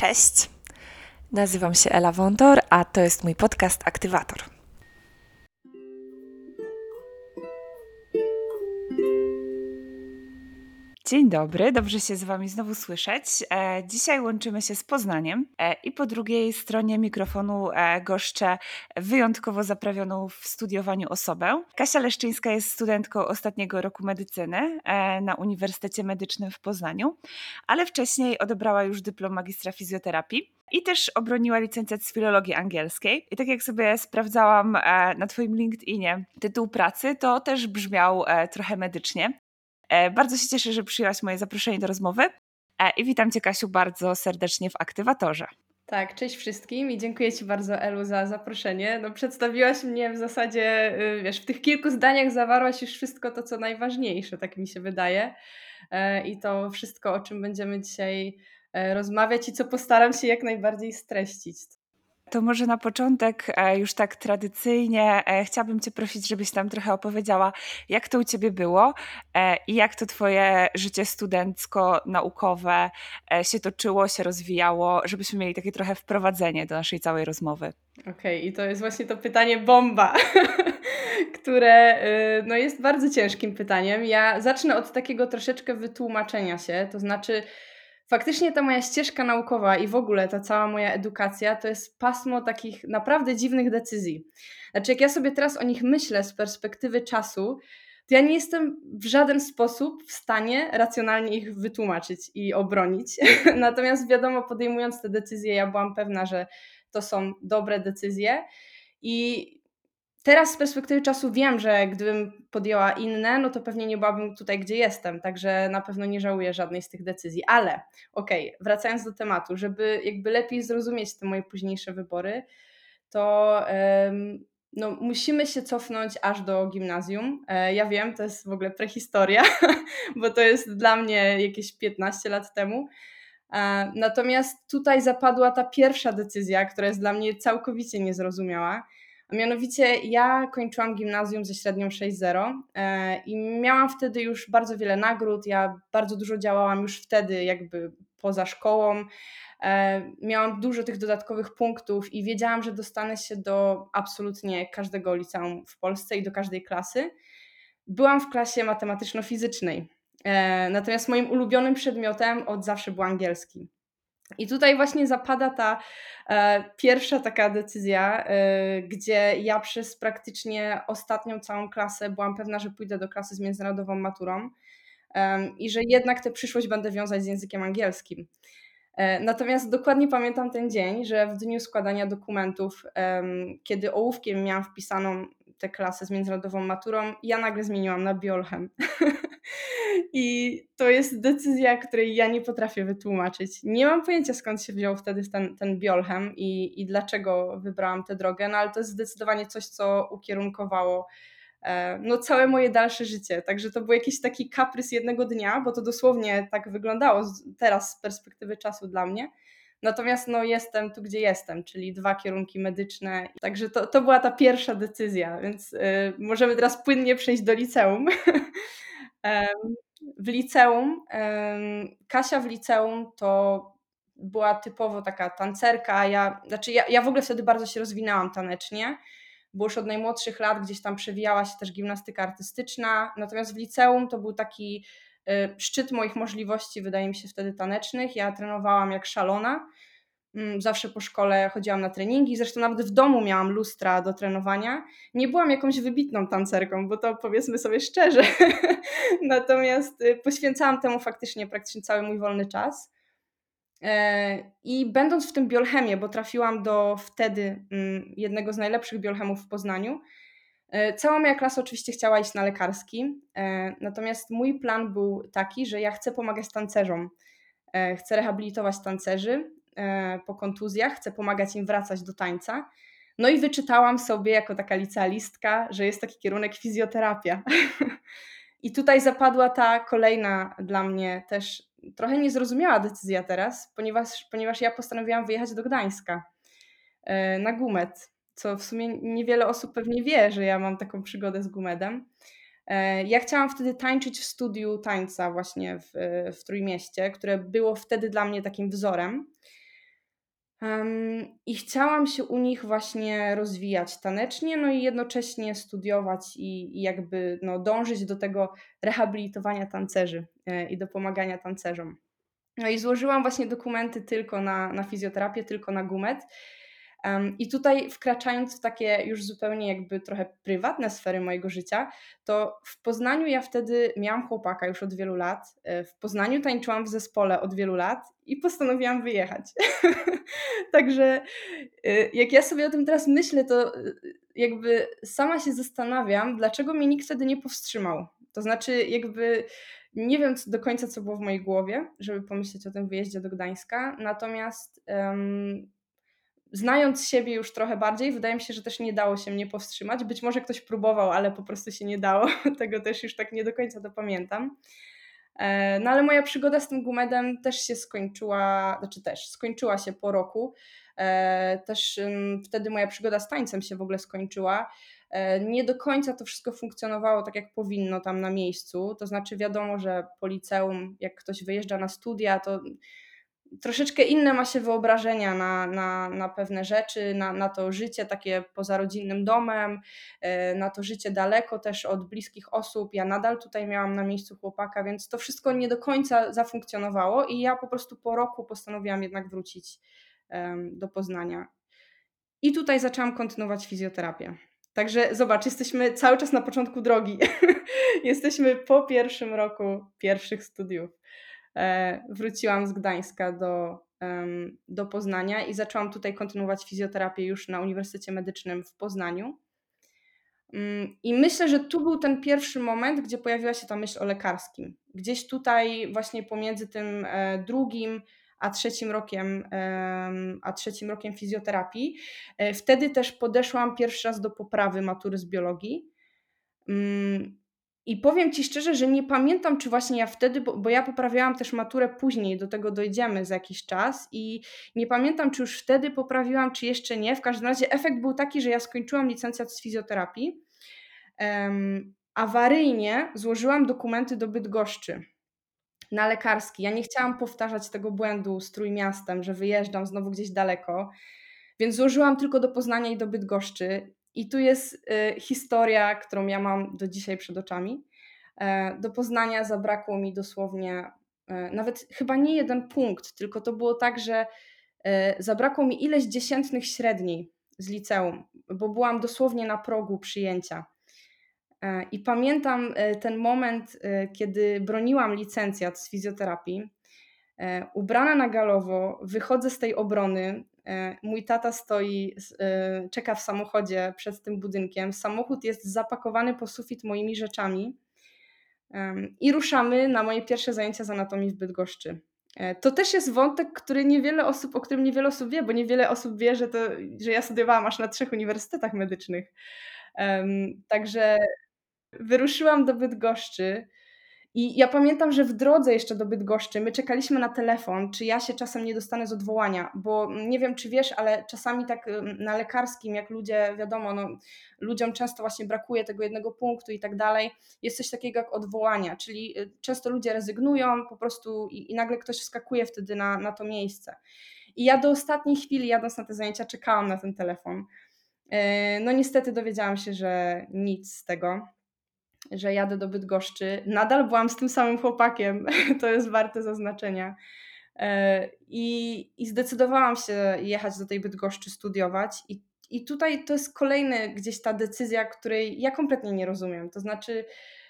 Cześć, nazywam się Ela Wondor, a to jest mój podcast Aktywator. Dzień dobry, dobrze się z Wami znowu słyszeć. Dzisiaj łączymy się z Poznaniem i po drugiej stronie mikrofonu goszczę wyjątkowo zaprawioną w studiowaniu osobę. Kasia Leszczyńska jest studentką ostatniego roku medycyny na Uniwersytecie Medycznym w Poznaniu, ale wcześniej odebrała już dyplom magistra fizjoterapii i też obroniła licencjat z filologii angielskiej. I tak jak sobie sprawdzałam na Twoim LinkedInie tytuł pracy, to też brzmiał trochę medycznie. Bardzo się cieszę, że przyjęłaś moje zaproszenie do rozmowy i witam Cię, Kasiu, bardzo serdecznie w Aktywatorze. Tak, cześć wszystkim i dziękuję Ci bardzo, Elu, za zaproszenie. Przedstawiłaś mnie w zasadzie, w tych kilku zdaniach zawarłaś już wszystko to, co najważniejsze, tak mi się wydaje. I to wszystko, o czym będziemy dzisiaj rozmawiać i co postaram się jak najbardziej streścić. To może na początek, już tak tradycyjnie, chciałabym Cię prosić, żebyś nam trochę opowiedziała, jak to u Ciebie było i jak to Twoje życie studencko-naukowe się toczyło, się rozwijało, żebyśmy mieli takie trochę wprowadzenie do naszej całej rozmowy. Okej, i to jest właśnie to pytanie bomba, które jest bardzo ciężkim pytaniem. Ja zacznę od takiego troszeczkę wytłumaczenia się, to znaczy faktycznie ta moja ścieżka naukowa i w ogóle ta cała moja edukacja to jest pasmo takich naprawdę dziwnych decyzji. Znaczy, jak ja sobie teraz o nich myślę z perspektywy czasu, to ja nie jestem w żaden sposób w stanie racjonalnie ich wytłumaczyć i obronić. Natomiast wiadomo, podejmując te decyzje, ja byłam pewna, że to są dobre decyzje. I teraz z perspektywy czasu wiem, że gdybym podjęła inne, no to pewnie nie byłabym tutaj, gdzie jestem, także na pewno nie żałuję żadnej z tych decyzji. Ale wracając do tematu, żeby jakby lepiej zrozumieć te moje późniejsze wybory, to musimy się cofnąć aż do gimnazjum. Ja wiem, to jest w ogóle prehistoria, bo to jest dla mnie jakieś 15 lat temu. Natomiast tutaj zapadła ta pierwsza decyzja, która jest dla mnie całkowicie niezrozumiała. A mianowicie ja kończyłam gimnazjum ze średnią 6,0 i miałam wtedy już bardzo wiele nagród. Ja bardzo dużo działałam już wtedy jakby poza szkołą. Miałam dużo tych dodatkowych punktów i wiedziałam, że dostanę się do absolutnie każdego liceum w Polsce i do każdej klasy. Byłam w klasie matematyczno-fizycznej. Natomiast moim ulubionym przedmiotem od zawsze był angielski. I tutaj właśnie zapada ta pierwsza taka decyzja, gdzie ja przez praktycznie ostatnią całą klasę byłam pewna, że pójdę do klasy z międzynarodową maturą i że jednak tę przyszłość będę wiązać z językiem angielskim. Natomiast dokładnie pamiętam ten dzień, że w dniu składania dokumentów, kiedy ołówkiem miałam wpisaną tę klasę z międzynarodową maturą, ja nagle zmieniłam na biolchem. I to jest decyzja, której ja nie potrafię wytłumaczyć. Nie mam pojęcia, skąd się wziął wtedy ten biolchem i dlaczego wybrałam tę drogę, no ale to jest zdecydowanie coś, co ukierunkowało całe moje dalsze życie. Także to był jakiś taki kaprys jednego dnia, bo to dosłownie tak wyglądało teraz z perspektywy czasu dla mnie. Natomiast jestem tu, gdzie jestem, czyli 2 kierunki medyczne. Także to była ta pierwsza decyzja, więc możemy teraz płynnie przejść do liceum. W liceum, Kasia w liceum to była typowo taka tancerka. Ja w ogóle wtedy bardzo się rozwinęłam tanecznie, bo już od najmłodszych lat gdzieś tam przewijała się też gimnastyka artystyczna, natomiast w liceum to był taki szczyt moich możliwości, wydaje mi się, wtedy tanecznych. Ja trenowałam jak szalona. Zawsze po szkole chodziłam na treningi, zresztą nawet w domu miałam lustra do trenowania. Nie byłam jakąś wybitną tancerką, bo to powiedzmy sobie szczerze. Natomiast poświęcałam temu faktycznie praktycznie cały mój wolny czas. I będąc w tym biolchemie, bo trafiłam do wtedy jednego z najlepszych biolchemów w Poznaniu, cała moja klasa oczywiście chciała iść na lekarski, natomiast mój plan był taki, że ja chcę pomagać tancerzom. Chcę rehabilitować tancerzy po kontuzjach, chcę pomagać im wracać do tańca. No i wyczytałam sobie jako taka licealistka, że jest taki kierunek fizjoterapia. I tutaj zapadła ta kolejna dla mnie też trochę niezrozumiała decyzja teraz, ponieważ ja postanowiłam wyjechać do Gdańska na Gumet, co w sumie niewiele osób pewnie wie, że ja mam taką przygodę z Gumedem. Ja chciałam wtedy tańczyć w studiu tańca właśnie w Trójmieście, które było wtedy dla mnie takim wzorem. I chciałam się u nich właśnie rozwijać tanecznie, no i jednocześnie studiować i jakby dążyć do tego rehabilitowania tancerzy i do pomagania tancerzom. No i złożyłam właśnie dokumenty tylko na fizjoterapię, tylko na GUMET. I tutaj wkraczając w takie już zupełnie jakby trochę prywatne sfery mojego życia, to w Poznaniu ja wtedy miałam chłopaka już od wielu lat. W Poznaniu tańczyłam w zespole od wielu lat i postanowiłam wyjechać. Także jak ja sobie o tym teraz myślę, to jakby sama się zastanawiam, dlaczego mnie nikt wtedy nie powstrzymał. To znaczy jakby nie wiem do końca, co było w mojej głowie, żeby pomyśleć o tym wyjeździe do Gdańska, natomiast znając siebie już trochę bardziej, wydaje mi się, że też nie dało się mnie powstrzymać. Być może ktoś próbował, ale po prostu się nie dało. Tego też już tak nie do końca to pamiętam. No ale moja przygoda z tym GUMED-em też się skończyła, skończyła się po roku. Też wtedy moja przygoda z tańcem się w ogóle skończyła. Nie do końca to wszystko funkcjonowało tak, jak powinno tam na miejscu. To znaczy wiadomo, że po liceum, jak ktoś wyjeżdża na studia, to troszeczkę inne ma się wyobrażenia na pewne rzeczy, na to życie takie poza rodzinnym domem, na to życie daleko też od bliskich osób. Ja nadal tutaj miałam na miejscu chłopaka, więc to wszystko nie do końca zafunkcjonowało i ja po prostu po roku postanowiłam jednak wrócić do Poznania. I tutaj zaczęłam kontynuować fizjoterapię. Także zobacz, jesteśmy cały czas na początku drogi. Jesteśmy po pierwszym roku pierwszych studiów. Wróciłam z Gdańska do Poznania i zaczęłam tutaj kontynuować fizjoterapię już na Uniwersytecie Medycznym w Poznaniu. I myślę, że tu był ten pierwszy moment, gdzie pojawiła się ta myśl o lekarskim. Gdzieś tutaj właśnie pomiędzy tym drugim a trzecim rokiem fizjoterapii. Wtedy też podeszłam pierwszy raz do poprawy matury z biologii. I powiem Ci szczerze, że nie pamiętam, czy właśnie ja wtedy, bo ja poprawiałam też maturę później, do tego dojdziemy za jakiś czas i nie pamiętam, czy już wtedy poprawiłam, czy jeszcze nie. W każdym razie efekt był taki, że ja skończyłam licencjat z fizjoterapii. Awaryjnie złożyłam dokumenty do Bydgoszczy na lekarski. Ja nie chciałam powtarzać tego błędu z Trójmiastem, że wyjeżdżam znowu gdzieś daleko, więc złożyłam tylko do Poznania i do Bydgoszczy. I tu jest historia, którą ja mam do dzisiaj przed oczami. Do Poznania zabrakło mi dosłownie nawet chyba nie jeden punkt, tylko to było tak, że zabrakło mi ileś dziesiętnych średniej z liceum, bo byłam dosłownie na progu przyjęcia. I pamiętam ten moment, kiedy broniłam licencjat z fizjoterapii. Ubrana na galowo, wychodzę z tej obrony. Mój tata stoi, czeka w samochodzie przed tym budynkiem. Samochód jest zapakowany po sufit moimi rzeczami i ruszamy na moje pierwsze zajęcia z anatomii w Bydgoszczy. To też jest wątek, o którym niewiele osób wie, bo niewiele osób wie, że ja studiowałam aż na 3 uniwersytetach medycznych. Także wyruszyłam do Bydgoszczy i ja pamiętam, że w drodze jeszcze do Bydgoszczy my czekaliśmy na telefon, czy ja się czasem nie dostanę z odwołania, bo nie wiem, czy wiesz, ale czasami tak na lekarskim, jak ludzie, wiadomo, ludziom często właśnie brakuje tego jednego punktu i tak dalej, jest coś takiego jak odwołania, czyli często ludzie rezygnują po prostu i nagle ktoś wskakuje wtedy na to miejsce. I ja do ostatniej chwili, jadąc na te zajęcia, czekałam na ten telefon. No niestety dowiedziałam się, że nic z tego, że jadę do Bydgoszczy. Nadal byłam z tym samym chłopakiem, to jest warte zaznaczenia. I zdecydowałam się jechać do tej Bydgoszczy studiować i tutaj to jest kolejny gdzieś ta decyzja, której ja kompletnie nie rozumiem. To znaczy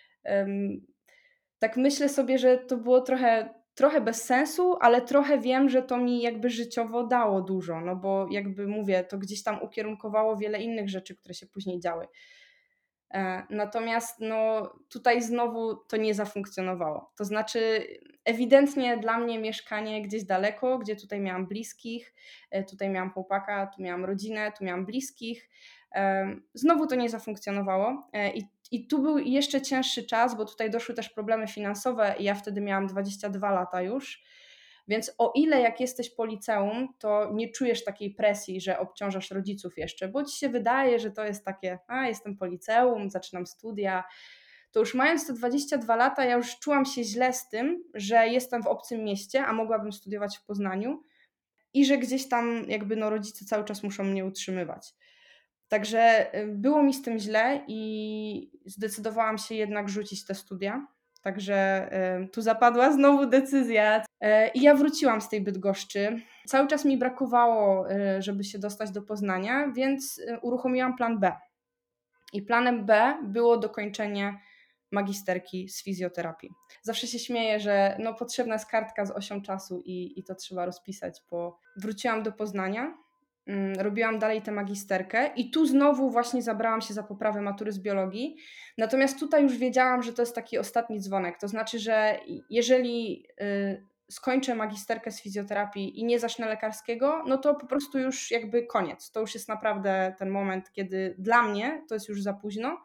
tak myślę sobie, że to było trochę bez sensu, ale trochę wiem, że to mi jakby życiowo dało dużo, no bo jakby mówię, to gdzieś tam ukierunkowało wiele innych rzeczy, które się później działy. Natomiast tutaj znowu to nie zafunkcjonowało. To znaczy ewidentnie dla mnie mieszkanie gdzieś daleko, gdzie tutaj miałam bliskich, tutaj miałam chłopaka, tu miałam rodzinę, tu miałam bliskich. Znowu to nie zafunkcjonowało i tu był jeszcze cięższy czas, bo tutaj doszły też problemy finansowe i ja wtedy miałam 22 lata już. Więc o ile jak jesteś po liceum, to nie czujesz takiej presji, że obciążasz rodziców jeszcze, bo ci się wydaje, że to jest takie, jestem po liceum, zaczynam studia, to już mając te 22 lata, ja już czułam się źle z tym, że jestem w obcym mieście, a mogłabym studiować w Poznaniu. i że gdzieś tam jakby no rodzice cały czas muszą mnie utrzymywać. Także było mi z tym źle i zdecydowałam się jednak rzucić te studia. Także tu zapadła znowu decyzja. I ja wróciłam z tej Bydgoszczy. Cały czas mi brakowało, żeby się dostać do Poznania, więc uruchomiłam plan B. I planem B było dokończenie magisterki z fizjoterapii. Zawsze się śmieję, że no potrzebna jest kartka z osią czasu i to trzeba rozpisać, bo wróciłam do Poznania, robiłam dalej tę magisterkę i tu znowu właśnie zabrałam się za poprawę matury z biologii. Natomiast tutaj już wiedziałam, że to jest taki ostatni dzwonek. To znaczy, że jeżeli skończę magisterkę z fizjoterapii i nie zacznę lekarskiego, no to po prostu już jakby koniec. To już jest naprawdę ten moment, kiedy dla mnie to jest już za późno.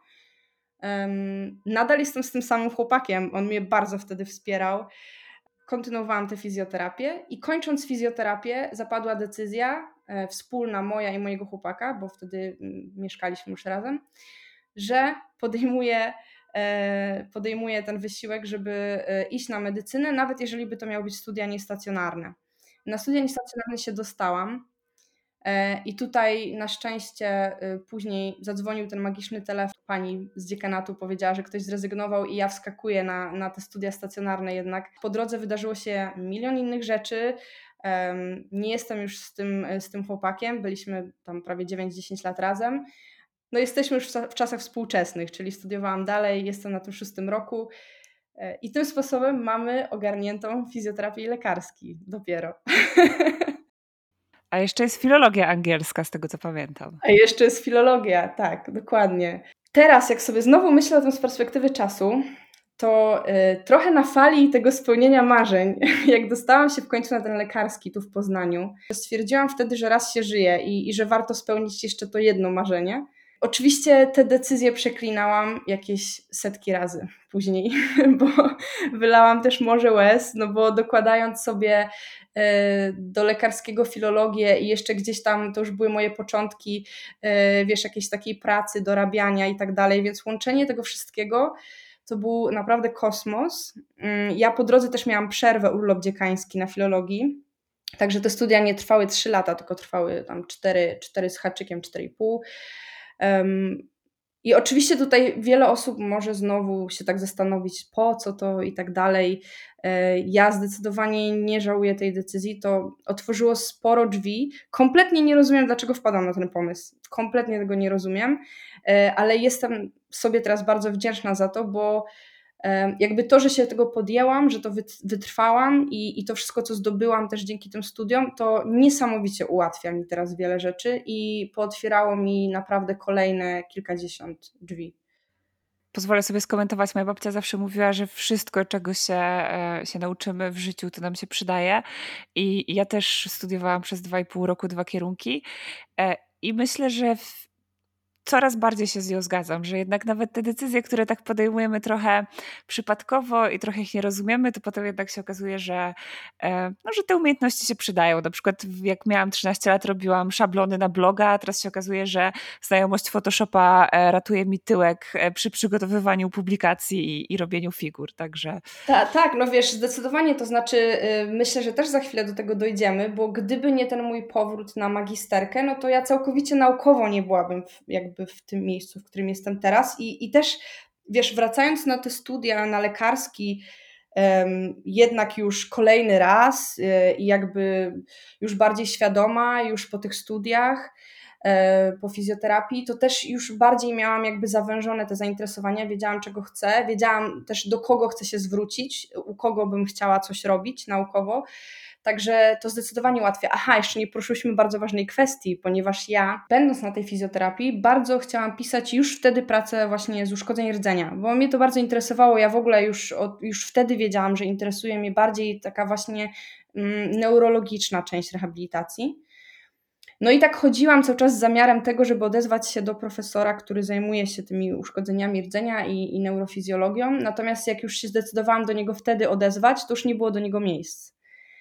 Nadal jestem z tym samym chłopakiem, on mnie bardzo wtedy wspierał. Kontynuowałam tę fizjoterapię i kończąc fizjoterapię zapadła decyzja wspólna moja i mojego chłopaka, bo wtedy mieszkaliśmy już razem, że podejmuję ten wysiłek, żeby iść na medycynę, nawet jeżeli by to miały być studia niestacjonarne. Na studia niestacjonarne się dostałam i tutaj na szczęście później zadzwonił ten magiczny telefon. Pani z dziekanatu powiedziała, że ktoś zrezygnował i ja wskakuję na te studia stacjonarne jednak. Po drodze wydarzyło się milion innych rzeczy. Nie jestem już z tym chłopakiem, byliśmy tam prawie 9-10 lat razem. No jesteśmy już w czasach współczesnych, czyli studiowałam dalej, jestem na tym 6. roku i tym sposobem mamy ogarniętą fizjoterapię lekarski dopiero. A jeszcze jest filologia angielska, z tego co pamiętam. A jeszcze jest filologia, tak, dokładnie. Teraz, jak sobie znowu myślę o tym z perspektywy czasu, to trochę na fali tego spełnienia marzeń, jak dostałam się w końcu na ten lekarski tu w Poznaniu, stwierdziłam wtedy, że raz się żyje i że warto spełnić jeszcze to jedno marzenie. Oczywiście te decyzje przeklinałam jakieś setki razy później, bo wylałam też morze łez, no bo dokładając sobie do lekarskiego filologię i jeszcze gdzieś tam, to już były moje początki, wiesz, jakiejś takiej pracy, dorabiania i tak dalej, więc łączenie tego wszystkiego to był naprawdę kosmos. Ja po drodze też miałam przerwę, urlop dziekański na filologii, także te studia nie trwały 3 lata, tylko trwały tam 4 z haczykiem, 4,5. I oczywiście tutaj wiele osób może znowu się tak zastanowić, po co to i tak dalej. Ja zdecydowanie nie żałuję tej decyzji, to otworzyło sporo drzwi. Kompletnie nie rozumiem, dlaczego wpadłam na ten pomysł. Kompletnie tego nie rozumiem, ale jestem sobie teraz bardzo wdzięczna za to, bo jakby to, że się tego podjęłam, że to wytrwałam i to wszystko, co zdobyłam też dzięki tym studiom, to niesamowicie ułatwia mi teraz wiele rzeczy i pootwierało mi naprawdę kolejne kilkadziesiąt drzwi. Pozwolę sobie skomentować. Moja babcia zawsze mówiła, że wszystko, czego się nauczymy w życiu, to nam się przydaje. I ja też studiowałam przez 2,5 roku 2 kierunki. I myślę, że coraz bardziej się z nią zgadzam, że jednak nawet te decyzje, które tak podejmujemy trochę przypadkowo i trochę ich nie rozumiemy, to potem jednak się okazuje, że te umiejętności się przydają. Na przykład jak miałam 13 lat, robiłam szablony na bloga, a teraz się okazuje, że znajomość Photoshopa ratuje mi tyłek przy przygotowywaniu publikacji i robieniu figur, także... Tak, no wiesz, zdecydowanie, to znaczy myślę, że też za chwilę do tego dojdziemy, bo gdyby nie ten mój powrót na magisterkę, no to ja całkowicie naukowo nie byłabym jakby w tym miejscu, w którym jestem teraz i też, wiesz, wracając na te studia, na lekarski, jednak już kolejny raz i jakby już bardziej świadoma, już po tych studiach, po fizjoterapii, to też już bardziej miałam jakby zawężone te zainteresowania, wiedziałam czego chcę, wiedziałam też do kogo chcę się zwrócić, u kogo bym chciała coś robić naukowo, także to zdecydowanie ułatwia. Aha, jeszcze nie poruszyliśmy bardzo ważnej kwestii, ponieważ ja, będąc na tej fizjoterapii, bardzo chciałam pisać już wtedy pracę właśnie z uszkodzeń rdzenia, bo mnie to bardzo interesowało, ja w ogóle już wtedy wiedziałam, że interesuje mnie bardziej taka właśnie neurologiczna część rehabilitacji. No i tak chodziłam cały czas z zamiarem tego, żeby odezwać się do profesora, który zajmuje się tymi uszkodzeniami rdzenia i neurofizjologią. Natomiast jak już się zdecydowałam do niego wtedy odezwać, to już nie było do niego miejsc.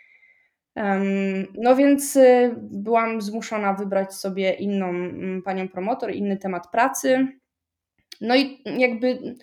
No więc byłam zmuszona wybrać sobie inną panią promotor, inny temat pracy. No i jakby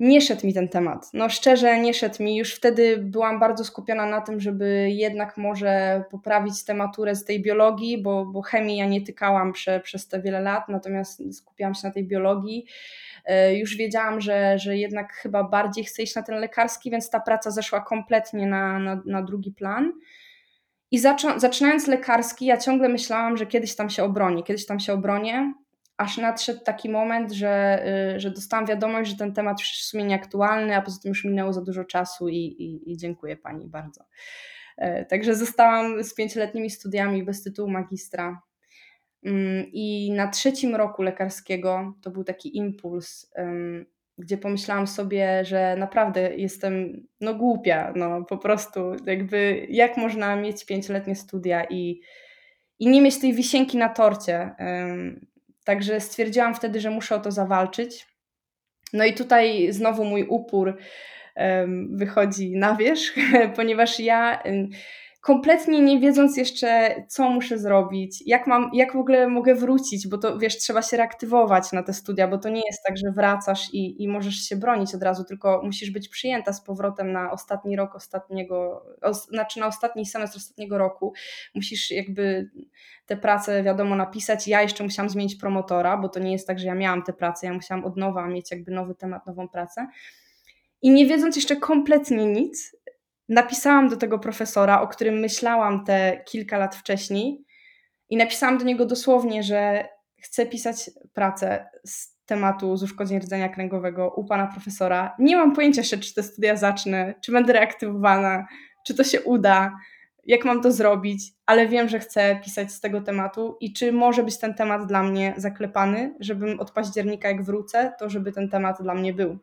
nie szedł mi ten temat. No szczerze, nie szedł mi. Już wtedy byłam bardzo skupiona na tym, żeby jednak może poprawić tę maturę z tej biologii, bo chemii ja nie tykałam przez te wiele lat, natomiast skupiałam się na tej biologii. Już wiedziałam, że jednak chyba bardziej chcę iść na ten lekarski, więc ta praca zeszła kompletnie na drugi plan. I zaczynając lekarski, ja ciągle myślałam, że kiedyś tam się obronię, aż nadszedł taki moment, że dostałam wiadomość, że ten temat już jest w sumie nieaktualny, a poza tym już minęło za dużo czasu i dziękuję pani bardzo. Także zostałam z 5-letnimi studiami bez tytułu magistra. I na 3. roku lekarskiego to był taki impuls, gdzie pomyślałam sobie, że naprawdę jestem głupia, po prostu jakby jak można mieć 5-letnie studia i nie mieć tej wisienki na torcie. Także stwierdziłam wtedy, że muszę o to zawalczyć. No i tutaj znowu mój upór wychodzi na wierzch, ponieważ ja kompletnie nie wiedząc jeszcze, co muszę zrobić, jak w ogóle mogę wrócić, bo to wiesz, trzeba się reaktywować na te studia, bo to nie jest tak, że wracasz i możesz się bronić od razu, tylko musisz być przyjęta z powrotem na ostatni rok na ostatni semestr ostatniego roku. Musisz jakby te prace, wiadomo, napisać. Ja jeszcze musiałam zmienić promotora, bo to nie jest tak, że ja miałam tę pracę, ja musiałam od nowa mieć jakby nowy temat, nową pracę. I nie wiedząc jeszcze kompletnie nic, napisałam do tego profesora, o którym myślałam te kilka lat wcześniej i napisałam do niego dosłownie, że chcę pisać pracę z tematu uszkodzeń rdzenia kręgowego u pana profesora. Nie mam pojęcia jeszcze, czy te studia zacznę, czy będę reaktywowana, czy to się uda, jak mam to zrobić, ale wiem, że chcę pisać z tego tematu i czy może być ten temat dla mnie zaklepany, żebym od października jak wrócę, to żeby ten temat dla mnie był.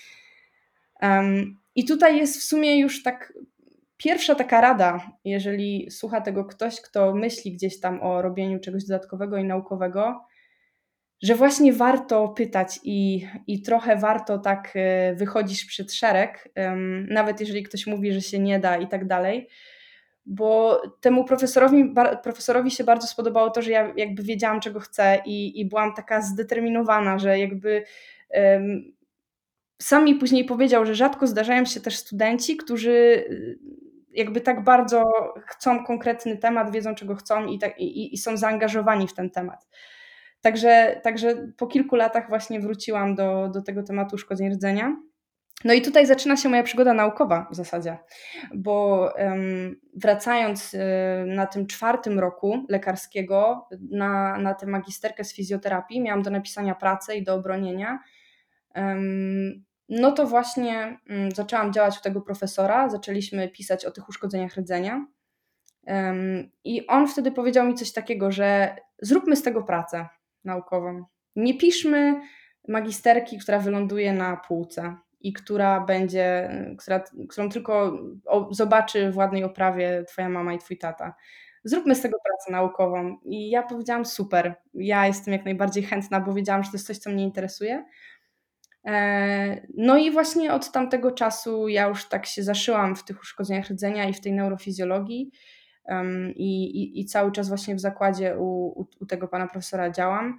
I tutaj jest w sumie już tak pierwsza taka rada, jeżeli słucha tego ktoś, kto myśli gdzieś tam o robieniu czegoś dodatkowego i naukowego, że właśnie warto pytać i trochę warto tak wychodzić przed szereg, nawet jeżeli ktoś mówi, że się nie da i tak dalej, bo temu profesorowi się bardzo spodobało to, że ja jakby wiedziałam, czego chcę i byłam taka zdeterminowana, że jakby sam mi później powiedział, że rzadko zdarzają się też studenci, którzy jakby tak bardzo chcą konkretny temat, wiedzą czego chcą i są zaangażowani w ten temat. Także po kilku latach właśnie wróciłam do tego tematu uszkodzeń rdzenia. No i tutaj zaczyna się moja przygoda naukowa w zasadzie, bo wracając na tym 4. roku lekarskiego na tę magisterkę z fizjoterapii, miałam do napisania pracę i do obronienia, no to właśnie zaczęłam działać u tego profesora, zaczęliśmy pisać o tych uszkodzeniach rdzenia i on wtedy powiedział mi coś takiego, że zróbmy z tego pracę naukową. Nie piszmy magisterki, która wyląduje na półce i którą tylko zobaczy w ładnej oprawie twoja mama i twój tata. Zróbmy z tego pracę naukową. I ja powiedziałam super, ja jestem jak najbardziej chętna, bo wiedziałam, że to jest coś, co mnie interesuje. No i właśnie od tamtego czasu ja już tak się zaszyłam w tych uszkodzeniach rdzenia i w tej neurofizjologii i cały czas właśnie w zakładzie u tego pana profesora działam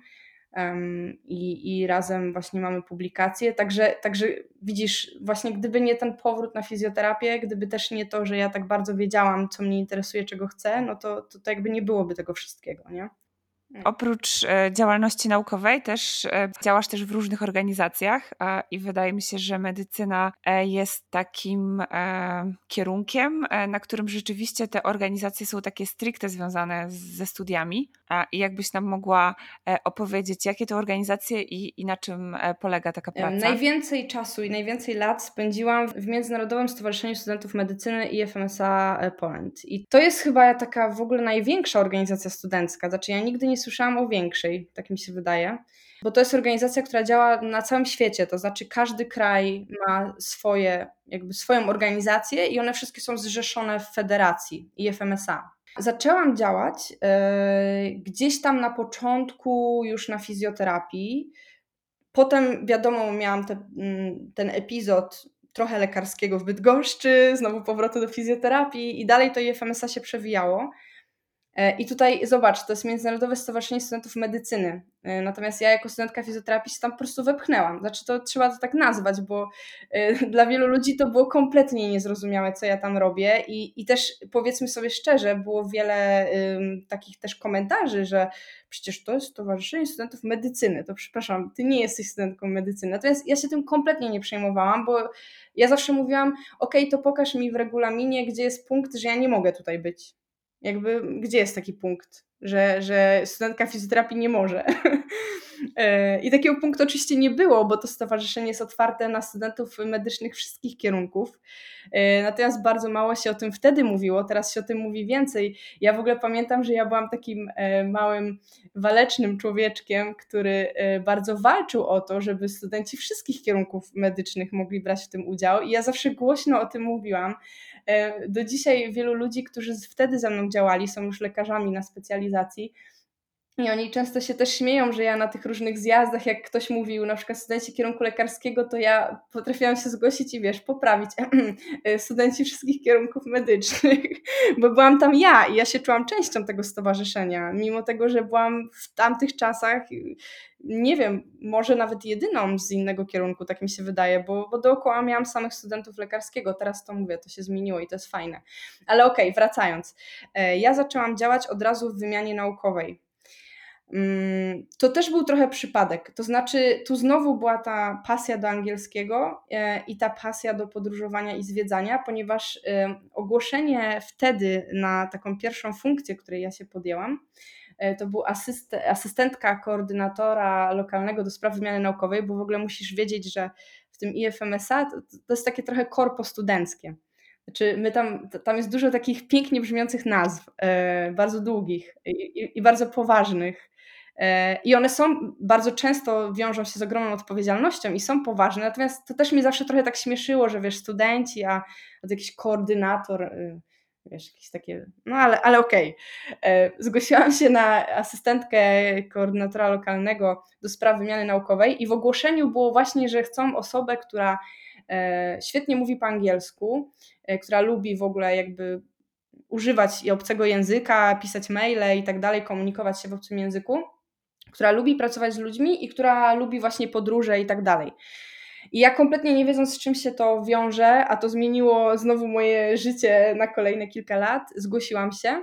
i razem właśnie mamy publikacje, także widzisz, właśnie gdyby nie ten powrót na fizjoterapię, gdyby też nie to, że ja tak bardzo wiedziałam, co mnie interesuje, czego chcę, no to jakby nie byłoby tego wszystkiego, nie? Oprócz działalności naukowej działasz też w różnych organizacjach i wydaje mi się, że medycyna jest takim kierunkiem, na którym rzeczywiście te organizacje są takie stricte związane ze studiami. I jakbyś nam mogła opowiedzieć, jakie to organizacje i na czym polega taka praca? Najwięcej czasu i najwięcej lat spędziłam w Międzynarodowym Stowarzyszeniu Studentów Medycyny i FMSA Poland. I to jest chyba taka w ogóle największa organizacja studencka. Znaczy ja nigdy nie słyszałam o większej, tak mi się wydaje. Bo to jest organizacja, która działa na całym świecie, to znaczy każdy kraj ma swoją organizację i one wszystkie są zrzeszone w federacji IFMSA. Zaczęłam działać gdzieś tam na początku już na fizjoterapii. Potem wiadomo, miałam ten epizod trochę lekarskiego w Bydgoszczy, znowu powrotu do fizjoterapii i dalej to IFMSA się przewijało. I tutaj zobacz, to jest Międzynarodowe Stowarzyszenie Studentów Medycyny. Natomiast ja jako studentka fizjoterapii się tam po prostu wepchnęłam. Znaczy to trzeba to tak nazwać, bo dla wielu ludzi to było kompletnie niezrozumiałe, co ja tam robię i też powiedzmy sobie szczerze, było wiele takich też komentarzy, że przecież to jest Stowarzyszenie Studentów Medycyny, to przepraszam, ty nie jesteś studentką medycyny. Natomiast ja się tym kompletnie nie przejmowałam, bo ja zawsze mówiłam, okej, to pokaż mi w regulaminie, gdzie jest punkt, że ja nie mogę tutaj być. Jakby, gdzie jest taki punkt, że studentka fizjoterapii nie może? I takiego punktu oczywiście nie było, bo to stowarzyszenie jest otwarte na studentów medycznych wszystkich kierunków. Natomiast bardzo mało się o tym wtedy mówiło, teraz się o tym mówi więcej. Ja w ogóle pamiętam, że ja byłam takim małym, walecznym człowieczkiem, który bardzo walczył o to, żeby studenci wszystkich kierunków medycznych mogli brać w tym udział. I ja zawsze głośno o tym mówiłam. Do dzisiaj wielu ludzi, którzy wtedy ze mną działali, są już lekarzami na specjalizacji, i oni często się też śmieją, że ja na tych różnych zjazdach, jak ktoś mówił, na przykład studenci kierunku lekarskiego, to ja potrafiłam się zgłosić i wiesz, poprawić studenci wszystkich kierunków medycznych, bo byłam tam ja i ja się czułam częścią tego stowarzyszenia, mimo tego, że byłam w tamtych czasach, nie wiem, może nawet jedyną z innego kierunku, tak mi się wydaje, bo dookoła miałam samych studentów lekarskiego, teraz to mówię, to się zmieniło i to jest fajne. Ale okej, wracając. Ja zaczęłam działać od razu w wymianie naukowej. To też był trochę przypadek. To znaczy, tu znowu była ta pasja do angielskiego i ta pasja do podróżowania i zwiedzania, ponieważ ogłoszenie wtedy na taką pierwszą funkcję, której ja się podjęłam, to był asystentka koordynatora lokalnego do spraw wymiany naukowej, bo w ogóle musisz wiedzieć, że w tym IFMSA to jest takie trochę korpo studenckie. Znaczy tam jest dużo takich pięknie brzmiących nazw, bardzo długich i bardzo poważnych. I one są, bardzo często wiążą się z ogromną odpowiedzialnością i są poważne, natomiast to też mnie zawsze trochę tak śmieszyło, że wiesz, studenci, a to jakiś koordynator, wiesz, jakieś takie, no ale okej. Zgłosiłam się na asystentkę koordynatora lokalnego do spraw wymiany naukowej i w ogłoszeniu było właśnie, że chcą osobę, która świetnie mówi po angielsku, która lubi w ogóle jakby używać i obcego języka, pisać maile i tak dalej, komunikować się w obcym języku, która lubi pracować z ludźmi i która lubi właśnie podróże i tak dalej. I ja kompletnie nie wiedząc, z czym się to wiąże, a to zmieniło znowu moje życie na kolejne kilka lat, zgłosiłam się.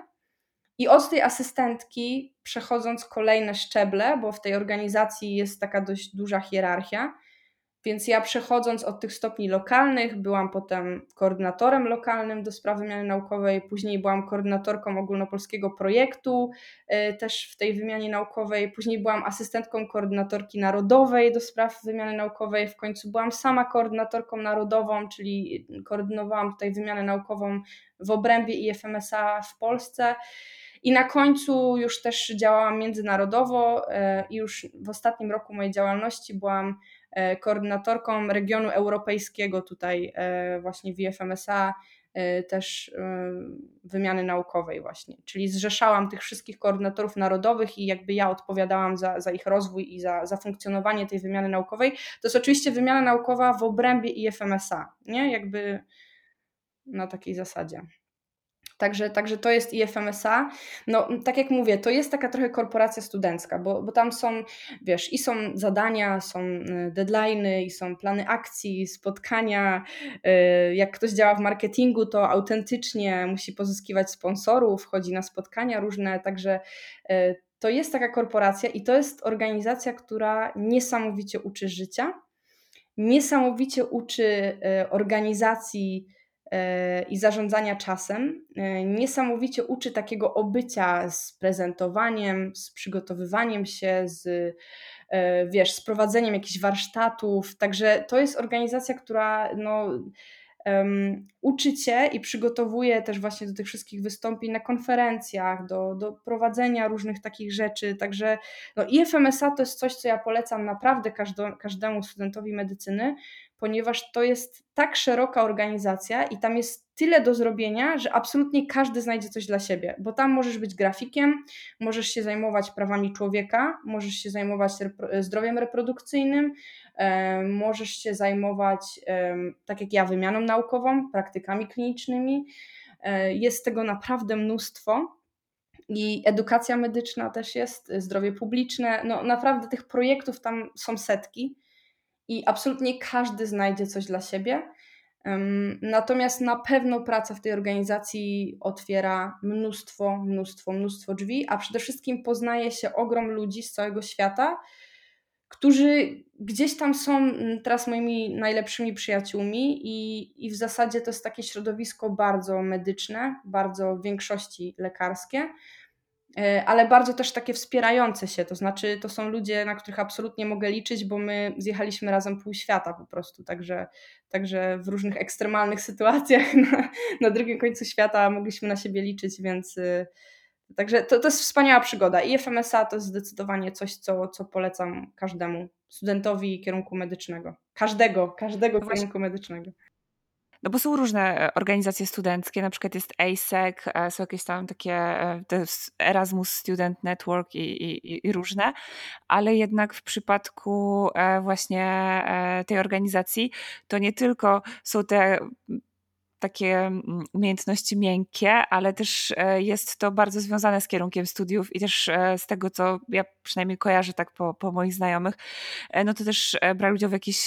I od tej asystentki, przechodząc kolejne szczeble, bo w tej organizacji jest taka dość duża hierarchia, więc ja przechodząc od tych stopni lokalnych, byłam potem koordynatorem lokalnym do spraw wymiany naukowej, później byłam koordynatorką ogólnopolskiego projektu też w tej wymianie naukowej, później byłam asystentką koordynatorki narodowej do spraw wymiany naukowej, w końcu byłam sama koordynatorką narodową, czyli koordynowałam tutaj wymianę naukową w obrębie IFMSA w Polsce. I na końcu już też działałam międzynarodowo i już w ostatnim roku mojej działalności byłam koordynatorką regionu europejskiego tutaj właśnie w IFMSA, też wymiany naukowej właśnie, czyli zrzeszałam tych wszystkich koordynatorów narodowych i jakby ja odpowiadałam za ich rozwój i za funkcjonowanie tej wymiany naukowej. To jest oczywiście wymiana naukowa w obrębie IFMSA, nie? Jakby na takiej zasadzie. Także to jest IFMSA. No, tak jak mówię, to jest taka trochę korporacja studencka, bo tam są, wiesz, i są zadania, są deadline'y, i są plany akcji, spotkania. Jak ktoś działa w marketingu, to autentycznie musi pozyskiwać sponsorów, chodzi na spotkania różne, także to jest taka korporacja i to jest organizacja, która niesamowicie uczy życia, niesamowicie uczy organizacji i zarządzania czasem. Niesamowicie uczy takiego obycia z prezentowaniem, z przygotowywaniem się, wiesz, z prowadzeniem jakichś warsztatów. Także to jest organizacja, która no, uczy cię i przygotowuje też właśnie do tych wszystkich wystąpień na konferencjach, do prowadzenia różnych takich rzeczy. Także no, IFMSA to jest coś, co ja polecam naprawdę każdemu studentowi medycyny, ponieważ to jest tak szeroka organizacja i tam jest tyle do zrobienia, że absolutnie każdy znajdzie coś dla siebie, bo tam możesz być grafikiem, możesz się zajmować prawami człowieka, możesz się zajmować zdrowiem reprodukcyjnym, możesz się zajmować, tak jak ja, wymianą naukową, praktykami klinicznymi. Jest tego naprawdę mnóstwo. i edukacja medyczna też jest, zdrowie publiczne. No naprawdę tych projektów tam są setki i absolutnie każdy znajdzie coś dla siebie. Natomiast na pewno praca w tej organizacji otwiera mnóstwo drzwi, a przede wszystkim poznaje się ogrom ludzi z całego świata, którzy gdzieś tam są teraz moimi najlepszymi przyjaciółmi i w zasadzie to jest takie środowisko bardzo medyczne, bardzo w większości lekarskie, ale bardzo też takie wspierające się, to znaczy to są ludzie, na których absolutnie mogę liczyć, bo my zjechaliśmy razem pół świata po prostu, także w różnych ekstremalnych sytuacjach na drugim końcu świata mogliśmy na siebie liczyć, więc także to jest wspaniała przygoda i FMSA to jest zdecydowanie coś, co polecam każdemu studentowi kierunku medycznego. Każdego No właśnie, kierunku medycznego. no bo są różne organizacje studenckie, na przykład jest ASEC, są jakieś tam takie to jest Erasmus Student Network i różne, ale jednak w przypadku właśnie tej organizacji to nie tylko są te takie umiejętności miękkie, ale też jest to bardzo związane z kierunkiem studiów i też z tego, co ja przynajmniej kojarzę tak po moich znajomych, no to też brali udział w jakichś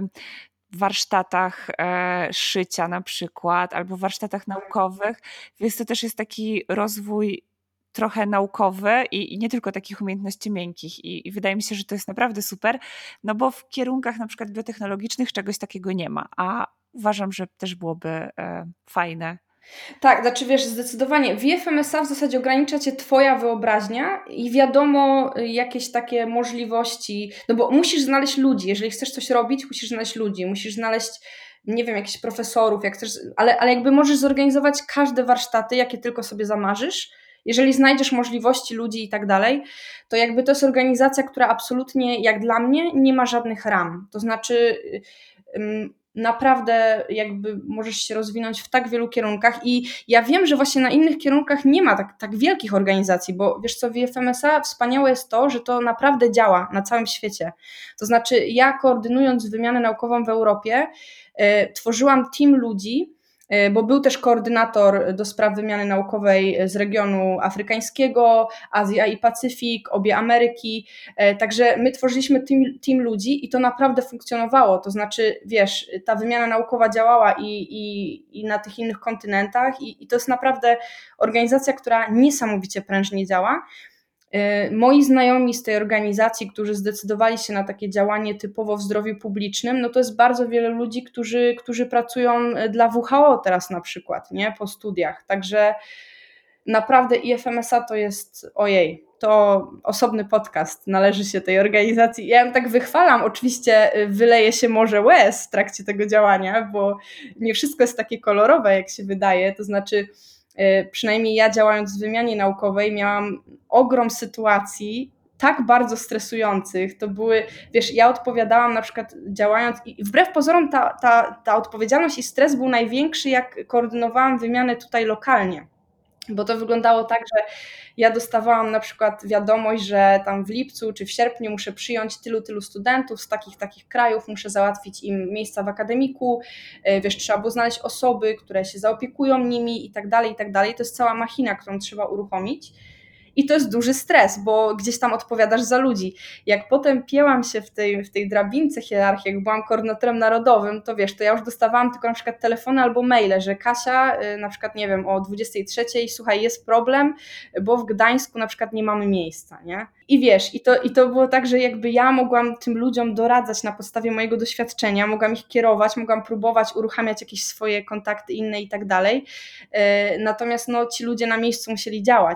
warsztatach szycia na przykład, albo warsztatach naukowych, więc to też jest taki rozwój trochę naukowy i nie tylko takich umiejętności miękkich i wydaje mi się, że to jest naprawdę super, no bo w kierunkach na przykład biotechnologicznych czegoś takiego nie ma, a uważam, że też byłoby fajne. Tak, znaczy wiesz, zdecydowanie w FMSA w zasadzie ogranicza cię twoja wyobraźnia i wiadomo jakieś takie możliwości, no bo musisz znaleźć ludzi, jeżeli chcesz coś robić, musisz znaleźć ludzi, musisz znaleźć, nie wiem, jakichś profesorów, jak chcesz, ale jakby możesz zorganizować każde warsztaty, jakie tylko sobie zamarzysz, jeżeli znajdziesz możliwości ludzi i tak dalej, to jakby to jest organizacja, która absolutnie, jak dla mnie, nie ma żadnych ram, to znaczy naprawdę jakby możesz się rozwinąć w tak wielu kierunkach i ja wiem, że właśnie na innych kierunkach nie ma tak wielkich organizacji, bo wiesz co, w FMSA wspaniałe jest to, że to naprawdę działa na całym świecie. To znaczy ja koordynując wymianę naukową w Europie, tworzyłam team ludzi, bo był też koordynator do spraw wymiany naukowej z regionu afrykańskiego, Azja i Pacyfik, obie Ameryki, także my tworzyliśmy team ludzi i to naprawdę funkcjonowało, to znaczy wiesz, ta wymiana naukowa działała i na tych innych kontynentach i to jest naprawdę organizacja, która niesamowicie prężnie działa. Moi znajomi z tej organizacji, którzy zdecydowali się na takie działanie typowo w zdrowiu publicznym, no to jest bardzo wiele ludzi, którzy pracują dla WHO teraz na przykład, nie? Po studiach. Także naprawdę IFMSA to jest, ojej, to osobny podcast należy się tej organizacji. Ja ją tak wychwalam, oczywiście wyleje się morze łez w trakcie tego działania, bo nie wszystko jest takie kolorowe, jak się wydaje, to znaczy przynajmniej ja działając w wymianie naukowej miałam ogrom sytuacji tak bardzo stresujących, to były, wiesz, ja odpowiadałam na przykład działając i wbrew pozorom ta odpowiedzialność i stres był największy, jak koordynowałam wymianę tutaj lokalnie, bo to wyglądało tak, że ja dostawałam na przykład wiadomość, że tam w lipcu czy w sierpniu muszę przyjąć tylu studentów z takich krajów, muszę załatwić im miejsca w akademiku, wiesz, trzeba było znaleźć osoby, które się zaopiekują nimi i tak dalej, to jest cała machina, którą trzeba uruchomić. I to jest duży stres, bo gdzieś tam odpowiadasz za ludzi. Jak potem pięłam się w tej drabince hierarchii, jak byłam koordynatorem narodowym, to wiesz, to ja już dostawałam tylko na przykład telefony albo maile, że Kasia, na przykład, nie wiem, o 23:00, słuchaj, jest problem, bo w Gdańsku na przykład nie mamy miejsca, nie? I wiesz, i to było tak, że jakby ja mogłam tym ludziom doradzać na podstawie mojego doświadczenia, mogłam ich kierować, mogłam próbować uruchamiać jakieś swoje kontakty inne i tak dalej. Natomiast no, ci ludzie na miejscu musieli działać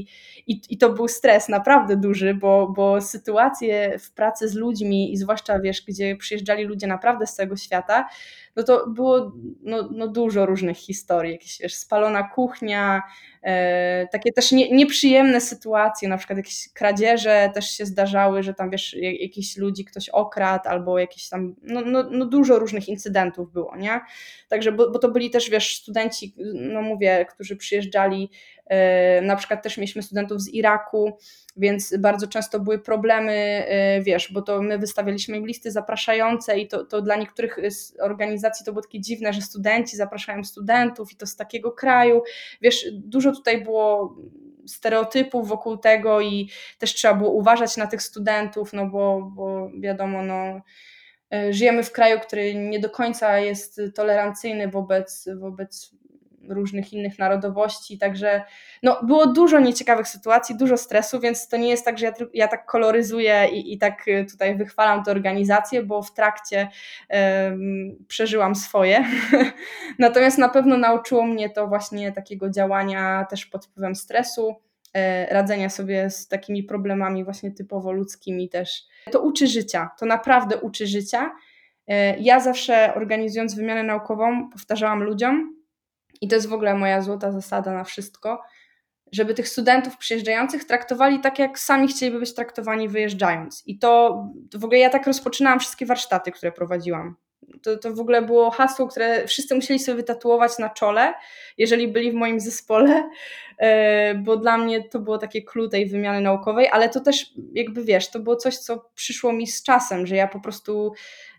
i to był stres naprawdę duży, bo sytuacje w pracy z ludźmi i zwłaszcza, wiesz, gdzie przyjeżdżali ludzie naprawdę z całego świata, no to było dużo różnych historii, jakieś, wiesz, spalona kuchnia, takie też nieprzyjemne sytuacje, na przykład jakieś kradzieże też się zdarzały, że tam, wiesz, jakichś ludzi ktoś okradł albo jakieś tam, dużo różnych incydentów było, nie? Także, bo to byli też, wiesz, studenci, no mówię, którzy przyjeżdżali, na przykład też mieliśmy studentów z Iraku, więc bardzo często były problemy, wiesz, bo to my wystawialiśmy im listy zapraszające i to dla niektórych organizacji to było takie dziwne, że studenci zapraszają studentów i to z takiego kraju, wiesz, dużo tutaj było stereotypów wokół tego i też trzeba było uważać na tych studentów, no bo wiadomo, no, żyjemy w kraju, który nie do końca jest tolerancyjny wobec różnych innych narodowości, także no, było dużo nieciekawych sytuacji, dużo stresu, więc to nie jest tak, że ja tak koloryzuję i tak tutaj wychwalam tę organizację, bo w trakcie przeżyłam swoje. Natomiast na pewno nauczyło mnie to właśnie takiego działania też pod wpływem stresu, radzenia sobie z takimi problemami właśnie typowo ludzkimi też. To uczy życia, to naprawdę uczy życia. Ja zawsze organizując wymianę naukową powtarzałam ludziom, i to jest w ogóle moja złota zasada na wszystko, żeby tych studentów przyjeżdżających traktowali tak, jak sami chcieliby być traktowani wyjeżdżając. I to w ogóle ja tak rozpoczynałam wszystkie warsztaty, które prowadziłam. To w ogóle było hasło, które wszyscy musieli sobie wytatuować na czole, jeżeli byli w moim zespole, bo dla mnie to było takie clue tej wymiany naukowej, ale to też jakby wiesz, to było coś, co przyszło mi z czasem, że ja po prostu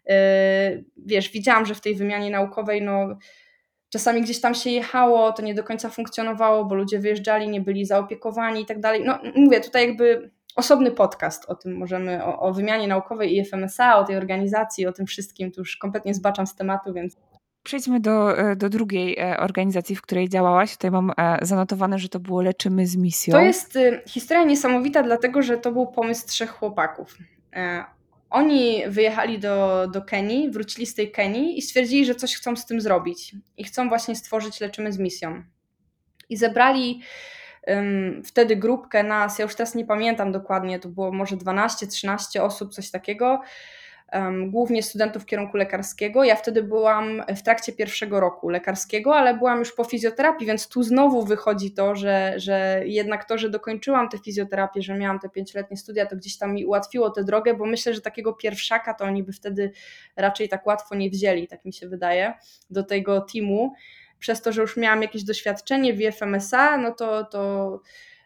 wiesz, widziałam, że w tej wymianie naukowej no czasami gdzieś tam się jechało, to nie do końca funkcjonowało, bo ludzie wyjeżdżali, nie byli zaopiekowani i tak dalej. No mówię, tutaj jakby osobny podcast o tym możemy, o wymianie naukowej i FMSA, o tej organizacji, o tym wszystkim, tu już kompletnie zbaczam z tematu, więc... Przejdźmy do drugiej organizacji, w której działałaś. Tutaj mam zanotowane, że to było Leczymy z misją. To jest historia niesamowita, dlatego że to był pomysł 3 chłopaków. Oni wyjechali do Kenii, wrócili z tej Kenii i stwierdzili, że coś chcą z tym zrobić. I chcą właśnie stworzyć Leczymy z misją. I zebrali wtedy grupkę nas, ja już teraz nie pamiętam dokładnie, to było może 12-13 osób, coś takiego, głównie studentów kierunku lekarskiego. Ja wtedy byłam w trakcie 1. roku lekarskiego, ale byłam już po fizjoterapii, więc tu znowu wychodzi to, że jednak to, że dokończyłam tę fizjoterapię, że miałam te 5-letnie studia, to gdzieś tam mi ułatwiło tę drogę, bo myślę, że takiego pierwszaka to oni by wtedy raczej tak łatwo nie wzięli, tak mi się wydaje, do tego teamu. Przez to, że już miałam jakieś doświadczenie w FMSA, no to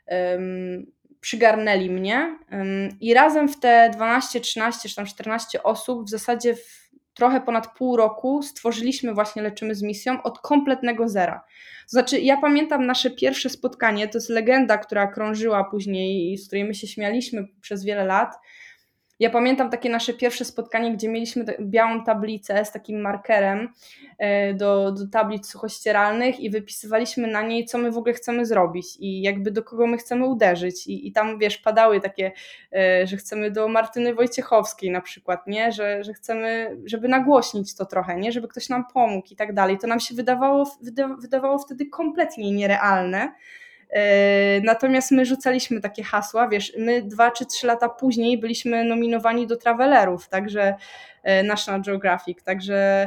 przygarnęli mnie i razem w te 12, 13 czy tam 14 osób w zasadzie w trochę ponad pół roku stworzyliśmy właśnie Leczymy z misją od kompletnego zera. To znaczy ja pamiętam nasze pierwsze spotkanie, to jest legenda, która krążyła później i z której my się śmialiśmy przez wiele lat. Ja pamiętam takie nasze pierwsze spotkanie, gdzie mieliśmy białą tablicę z takim markerem do tablic suchościeralnych i wypisywaliśmy na niej, co my w ogóle chcemy zrobić i jakby do kogo my chcemy uderzyć. I tam, wiesz, padały takie, że chcemy do Martyny Wojciechowskiej na przykład, nie? Że chcemy, żeby nagłośnić to trochę, nie? Żeby ktoś nam pomógł i tak dalej. To nam się wydawało wtedy kompletnie nierealne. Natomiast my rzucaliśmy takie hasła, wiesz, my 2 czy 3 lata później byliśmy nominowani do Travelerów, także National Geographic, także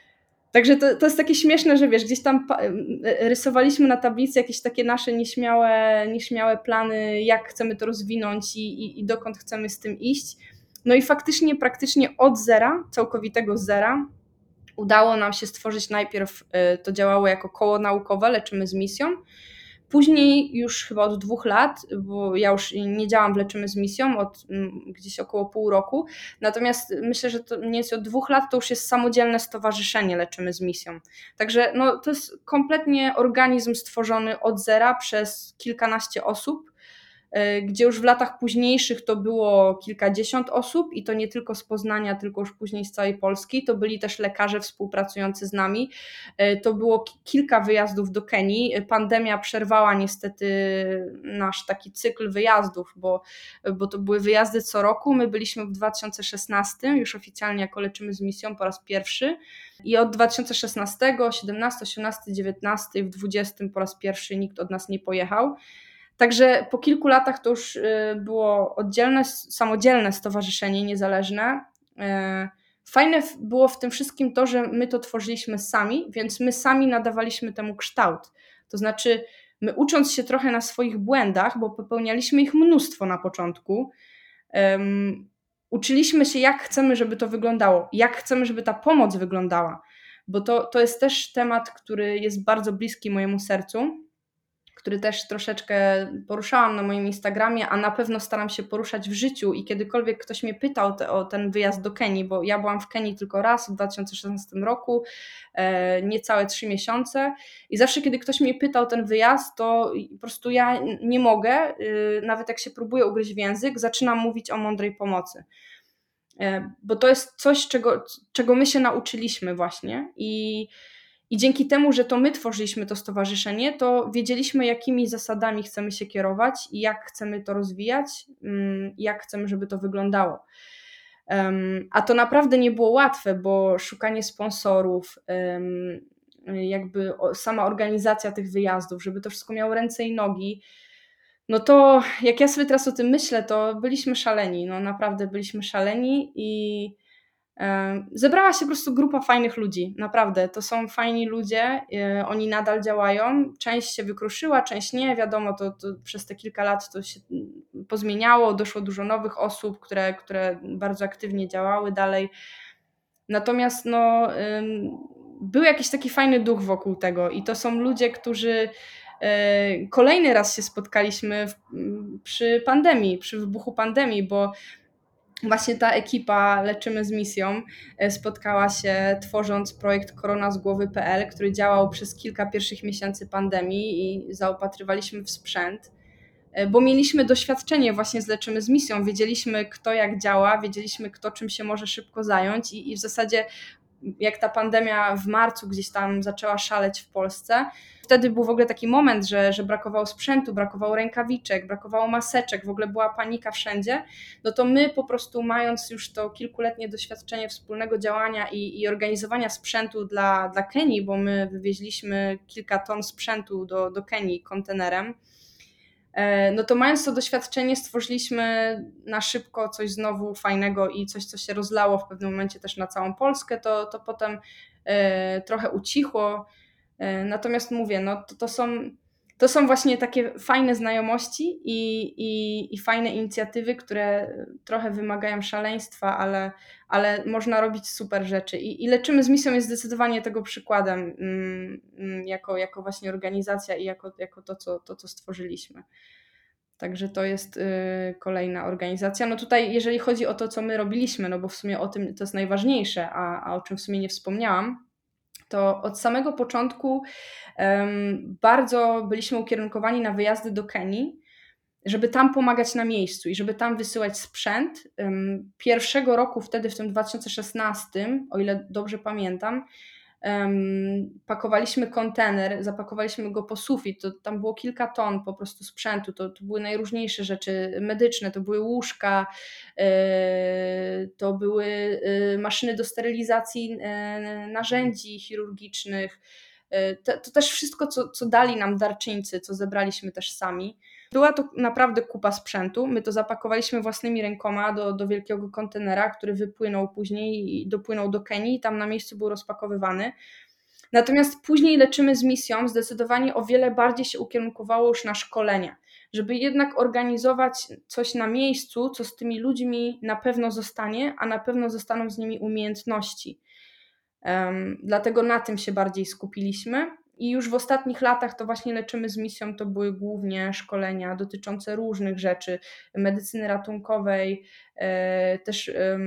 to jest takie śmieszne, że wiesz, gdzieś tam rysowaliśmy na tablicy jakieś takie nasze nieśmiałe plany, jak chcemy to rozwinąć i dokąd chcemy z tym iść. No i faktycznie praktycznie od zera, całkowitego zera, udało nam się stworzyć najpierw, to działało jako koło naukowe, Leczymy z misją. Później już chyba od 2 lat, bo ja już nie działam w Leczymy z misją od gdzieś około pół roku, natomiast myślę, że to mniej więcej od 2 lat to już jest samodzielne stowarzyszenie Leczymy z misją. Także no, to jest kompletnie organizm stworzony od zera przez kilkanaście osób, gdzie już w latach późniejszych to było kilkadziesiąt osób i to nie tylko z Poznania, tylko już później z całej Polski. To byli też lekarze współpracujący z nami. To było kilka wyjazdów do Kenii. Pandemia przerwała niestety nasz taki cykl wyjazdów, bo to były wyjazdy co roku. My byliśmy w 2016 już oficjalnie jako Leczymy z misją po raz pierwszy i od 2016, 17, 18, 19 i w 20 po raz pierwszy nikt od nas nie pojechał. Także po kilku latach to już było oddzielne, samodzielne stowarzyszenie niezależne. Fajne było w tym wszystkim to, że my to tworzyliśmy sami, więc my sami nadawaliśmy temu kształt. To znaczy my ucząc się trochę na swoich błędach, bo popełnialiśmy ich mnóstwo na początku, uczyliśmy się jak chcemy, żeby to wyglądało, jak chcemy, żeby ta pomoc wyglądała, bo to jest też temat, który jest bardzo bliski mojemu sercu. który też troszeczkę poruszałam na moim Instagramie, a na pewno staram się poruszać w życiu i kiedykolwiek ktoś mnie pytał o ten wyjazd do Kenii, bo ja byłam w Kenii tylko raz w 2016 roku, niecałe 3 miesiące i zawsze kiedy ktoś mnie pytał o ten wyjazd, to po prostu ja nie mogę, nawet jak się próbuję ugryźć w język, zaczynam mówić o mądrej pomocy. Bo to jest coś, czego my się nauczyliśmy właśnie i dzięki temu, że to my tworzyliśmy to stowarzyszenie, to wiedzieliśmy, jakimi zasadami chcemy się kierować i jak chcemy to rozwijać, jak chcemy, żeby to wyglądało. A to naprawdę nie było łatwe, bo szukanie sponsorów, jakby sama organizacja tych wyjazdów, żeby to wszystko miało ręce i nogi, no to jak ja sobie teraz o tym myślę, to byliśmy szaleni, no naprawdę byliśmy szaleni i zebrała się po prostu grupa fajnych ludzi, naprawdę, to są fajni ludzie, oni nadal działają, część się wykruszyła, część nie, wiadomo, to przez te kilka lat to się pozmieniało, doszło dużo nowych osób, które bardzo aktywnie działały dalej, natomiast no, był jakiś taki fajny duch wokół tego i to są ludzie, którzy kolejny raz się spotkaliśmy przy pandemii, przy wybuchu pandemii, bo właśnie ta ekipa Leczymy z Misją spotkała się tworząc projekt koronazgłowy.pl, który działał przez kilka pierwszych miesięcy pandemii i zaopatrywaliśmy w sprzęt, bo mieliśmy doświadczenie właśnie z Leczymy z Misją, wiedzieliśmy kto jak działa, wiedzieliśmy kto czym się może szybko zająć i w zasadzie jak ta pandemia w marcu gdzieś tam zaczęła szaleć w Polsce, wtedy był w ogóle taki moment, że brakowało sprzętu, brakowało rękawiczek, brakowało maseczek, w ogóle była panika wszędzie, no to my po prostu mając już to kilkuletnie doświadczenie wspólnego działania i organizowania sprzętu dla Kenii, bo my wywieźliśmy kilka ton sprzętu do Kenii kontenerem, no to mając to doświadczenie stworzyliśmy na szybko coś znowu fajnego i coś, co się rozlało w pewnym momencie też na całą Polskę, to potem trochę ucichło. Natomiast mówię, no to są właśnie takie fajne znajomości i fajne inicjatywy, które trochę wymagają szaleństwa, ale można robić super rzeczy. I Leczymy z Misją jest zdecydowanie tego przykładem jako właśnie organizacja i jako to, co stworzyliśmy. Także to jest kolejna organizacja. No tutaj, jeżeli chodzi o to, co my robiliśmy, no bo w sumie o tym to jest najważniejsze, a o czym w sumie nie wspomniałam, to od samego początku bardzo byliśmy ukierunkowani na wyjazdy do Kenii, żeby tam pomagać na miejscu i żeby tam wysyłać sprzęt. Pierwszego roku wtedy, w tym 2016, o ile dobrze pamiętam, pakowaliśmy kontener, zapakowaliśmy go po sufit, to tam było kilka ton po prostu sprzętu, to były najróżniejsze rzeczy medyczne, to były łóżka, to były maszyny do sterylizacji narzędzi chirurgicznych, to też wszystko, co dali nam darczyńcy, co zebraliśmy też sami. Była to naprawdę kupa sprzętu. My to zapakowaliśmy własnymi rękoma do wielkiego kontenera, który wypłynął później i dopłynął do Kenii i tam na miejscu był rozpakowywany. Natomiast później Leczymy z Misją zdecydowanie o wiele bardziej się ukierunkowało już na szkolenia, żeby jednak organizować coś na miejscu, co z tymi ludźmi na pewno zostanie, a na pewno zostaną z nimi umiejętności. Dlatego na tym się bardziej skupiliśmy. I już w ostatnich latach to właśnie Leczymy z Misją to były głównie szkolenia dotyczące różnych rzeczy, medycyny ratunkowej, też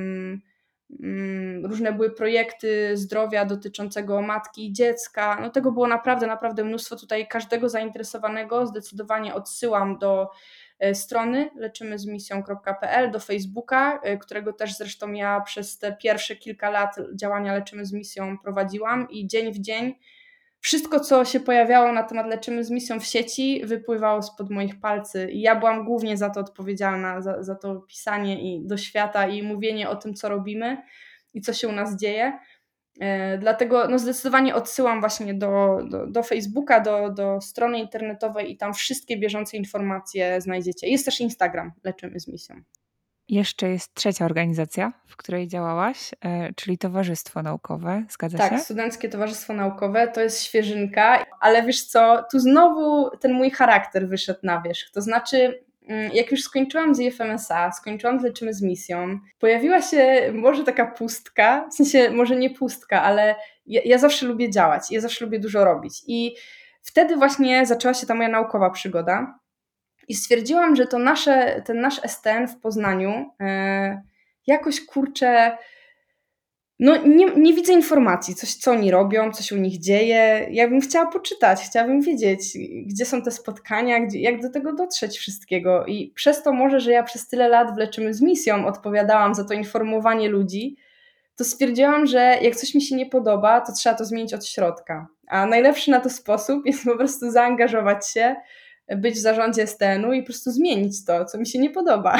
różne były projekty zdrowia dotyczącego matki i dziecka. No tego było naprawdę, naprawdę mnóstwo. Tutaj każdego zainteresowanego zdecydowanie odsyłam do strony lecymyzmisją.pl, do Facebooka, którego też zresztą ja przez te pierwsze kilka lat działania Leczymy z Misją prowadziłam i dzień w dzień wszystko, co się pojawiało na temat Leczymy z Misją w sieci, wypływało spod moich palcy i ja byłam głównie za to odpowiedzialna, za to pisanie i do świata i mówienie o tym, co robimy i co się u nas dzieje. Dlatego no zdecydowanie odsyłam właśnie do Facebooka, do strony internetowej i tam wszystkie bieżące informacje znajdziecie. Jest też Instagram Leczymy z Misją. Jeszcze jest trzecia organizacja, w której działałaś, czyli Towarzystwo Naukowe, zgadza się? Tak, Studenckie Towarzystwo Naukowe to jest świeżynka, ale wiesz co, tu znowu ten mój charakter wyszedł na wierzch, to znaczy jak już skończyłam z IFMSA, skończyłam z Leczymy z Misją, pojawiła się może taka pustka, w sensie może nie pustka, ale ja zawsze lubię działać, ja zawsze lubię dużo robić i wtedy właśnie zaczęła się ta moja naukowa przygoda i stwierdziłam, że ten nasz STN w Poznaniu jakoś kurczę, no nie widzę informacji, co oni robią, co się u nich dzieje. Ja bym chciała poczytać, chciałabym wiedzieć, gdzie są te spotkania, jak do tego dotrzeć wszystkiego. I przez to może, że ja przez tyle lat wleczymy z misją odpowiadałam za to informowanie ludzi, to stwierdziłam, że jak coś mi się nie podoba, to trzeba to zmienić od środka. A najlepszy na to sposób jest po prostu zaangażować się, być w zarządzie STN-u i po prostu zmienić to, co mi się nie podoba.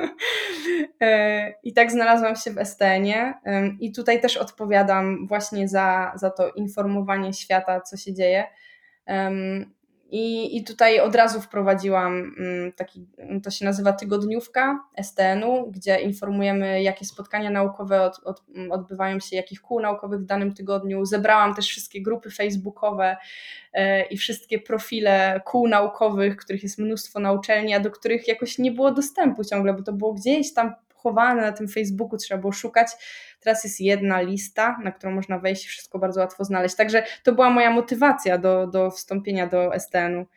I tak znalazłam się w STN-ie i tutaj też odpowiadam właśnie za to informowanie świata, co się dzieje. I tutaj od razu wprowadziłam to się nazywa tygodniówka STN-u, gdzie informujemy, jakie spotkania naukowe odbywają się, jakich kół naukowych w danym tygodniu. Zebrałam też wszystkie grupy facebookowe i wszystkie profile kół naukowych, których jest mnóstwo na uczelni, a do których jakoś nie było dostępu ciągle, bo to było gdzieś tam chowane na tym Facebooku, trzeba było szukać. Teraz jest jedna lista, na którą można wejść i wszystko bardzo łatwo znaleźć. Także to była moja motywacja do wstąpienia do STN-u.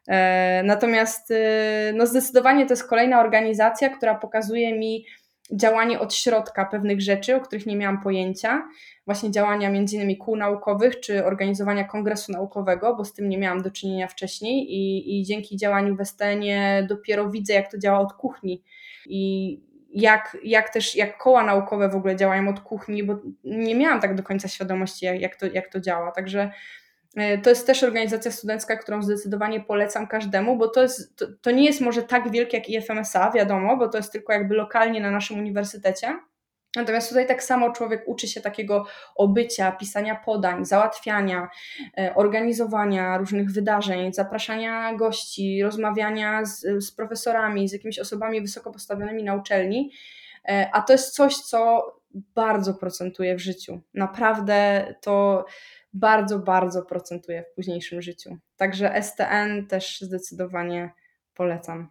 Natomiast no zdecydowanie to jest kolejna organizacja, która pokazuje mi działanie od środka pewnych rzeczy, o których nie miałam pojęcia. Właśnie działania między innymi kół naukowych, czy organizowania kongresu naukowego, bo z tym nie miałam do czynienia wcześniej i dzięki działaniu w STN-ie dopiero widzę, jak to działa od kuchni i jak koła naukowe w ogóle działają od kuchni, bo nie miałam tak do końca świadomości, jak to działa. Także to jest też organizacja studencka, którą zdecydowanie polecam każdemu, bo to nie jest może tak wielkie jak IFMSA, wiadomo, bo to jest tylko jakby lokalnie na naszym uniwersytecie. Natomiast tutaj tak samo człowiek uczy się takiego obycia, pisania podań, załatwiania, organizowania różnych wydarzeń, zapraszania gości, rozmawiania z profesorami, z jakimiś osobami wysoko postawionymi na uczelni, a to jest coś, co bardzo procentuje w życiu. Naprawdę to bardzo, bardzo procentuje w późniejszym życiu. Także STN też zdecydowanie polecam.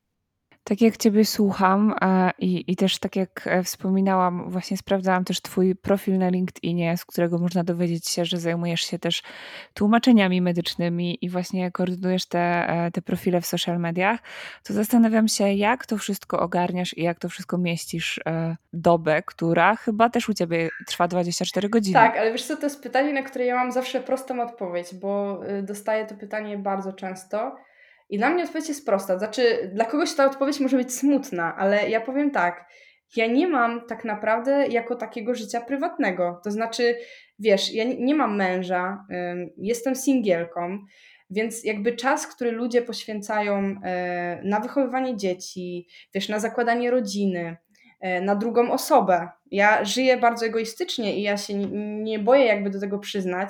Tak jak Ciebie słucham i też tak jak wspominałam, właśnie sprawdzałam też Twój profil na LinkedInie, z którego można dowiedzieć się, że zajmujesz się też tłumaczeniami medycznymi i właśnie koordynujesz te profile w social mediach, to zastanawiam się, jak to wszystko ogarniasz i jak to wszystko mieścisz dobę, która chyba też u Ciebie trwa 24 godziny. Tak, ale wiesz co, to jest pytanie, na które ja mam zawsze prostą odpowiedź, bo dostaję to pytanie bardzo często. I dla mnie odpowiedź jest prosta. Znaczy, dla kogoś ta odpowiedź może być smutna, ale ja powiem tak. Ja nie mam tak naprawdę jako takiego życia prywatnego. To znaczy, wiesz, ja nie mam męża, jestem singielką, więc jakby czas, który ludzie poświęcają na wychowywanie dzieci, wiesz, na zakładanie rodziny, na drugą osobę. Ja żyję bardzo egoistycznie i ja się nie boję jakby do tego przyznać.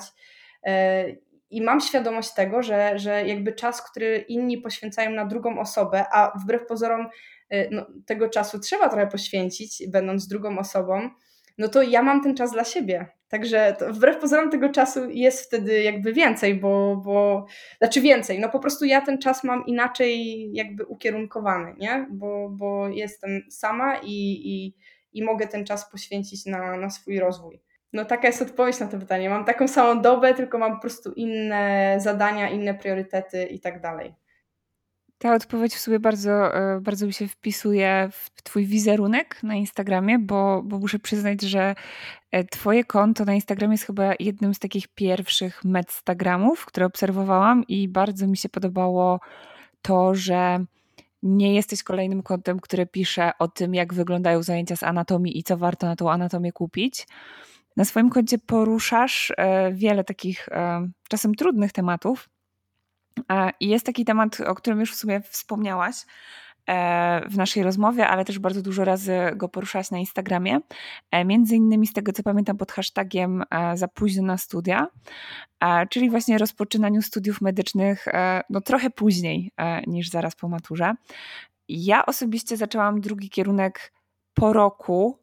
I mam świadomość tego, że jakby czas, który inni poświęcają na drugą osobę, a wbrew pozorom no, tego czasu trzeba trochę poświęcić, będąc drugą osobą, no to ja mam ten czas dla siebie. Także wbrew pozorom tego czasu jest wtedy jakby więcej, znaczy więcej, no po prostu ja ten czas mam inaczej jakby ukierunkowany, nie? Bo jestem sama i mogę ten czas poświęcić na swój rozwój. No taka jest odpowiedź na to pytanie. Mam taką samą dobę, tylko mam po prostu inne zadania, inne priorytety i tak dalej. Ta odpowiedź w sobie bardzo, bardzo mi się wpisuje w Twój wizerunek na Instagramie, bo muszę przyznać, że Twoje konto na Instagramie jest chyba jednym z takich pierwszych medstagramów, które obserwowałam i bardzo mi się podobało to, że nie jesteś kolejnym kontem, które pisze o tym, jak wyglądają zajęcia z anatomii i co warto na tą anatomię kupić. Na swoim koncie poruszasz wiele takich czasem trudnych tematów. I jest taki temat, o którym już w sumie wspomniałaś w naszej rozmowie, ale też bardzo dużo razy go poruszałaś na Instagramie. Między innymi z tego, co pamiętam, pod hashtagiem za późno na studia, czyli właśnie rozpoczynaniu studiów medycznych no trochę później niż zaraz po maturze. Ja osobiście zaczęłam drugi kierunek po roku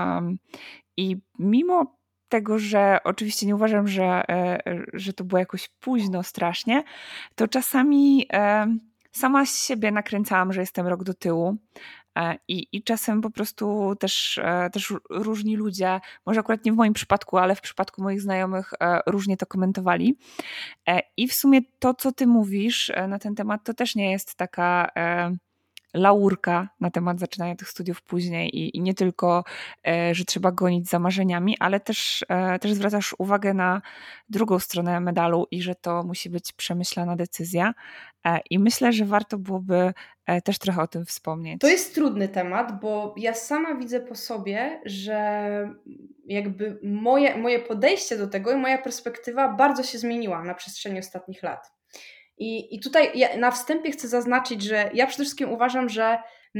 i mimo tego, że oczywiście nie uważam, że to było jakoś późno strasznie, to czasami sama z siebie nakręcałam, że jestem rok do tyłu. I czasem po prostu też różni ludzie, może akurat nie w moim przypadku, ale w przypadku moich znajomych różnie to komentowali. I w sumie to, co ty mówisz na ten temat, to też nie jest taka laurka na temat zaczynania tych studiów później i nie tylko, że trzeba gonić za marzeniami, ale też zwracasz uwagę na drugą stronę medalu i że to musi być przemyślana decyzja. I myślę, że warto byłoby też trochę o tym wspomnieć. To jest trudny temat, bo ja sama widzę po sobie, że jakby moje podejście do tego i moja perspektywa bardzo się zmieniła na przestrzeni ostatnich lat. I tutaj ja na wstępie chcę zaznaczyć, że ja przede wszystkim uważam, że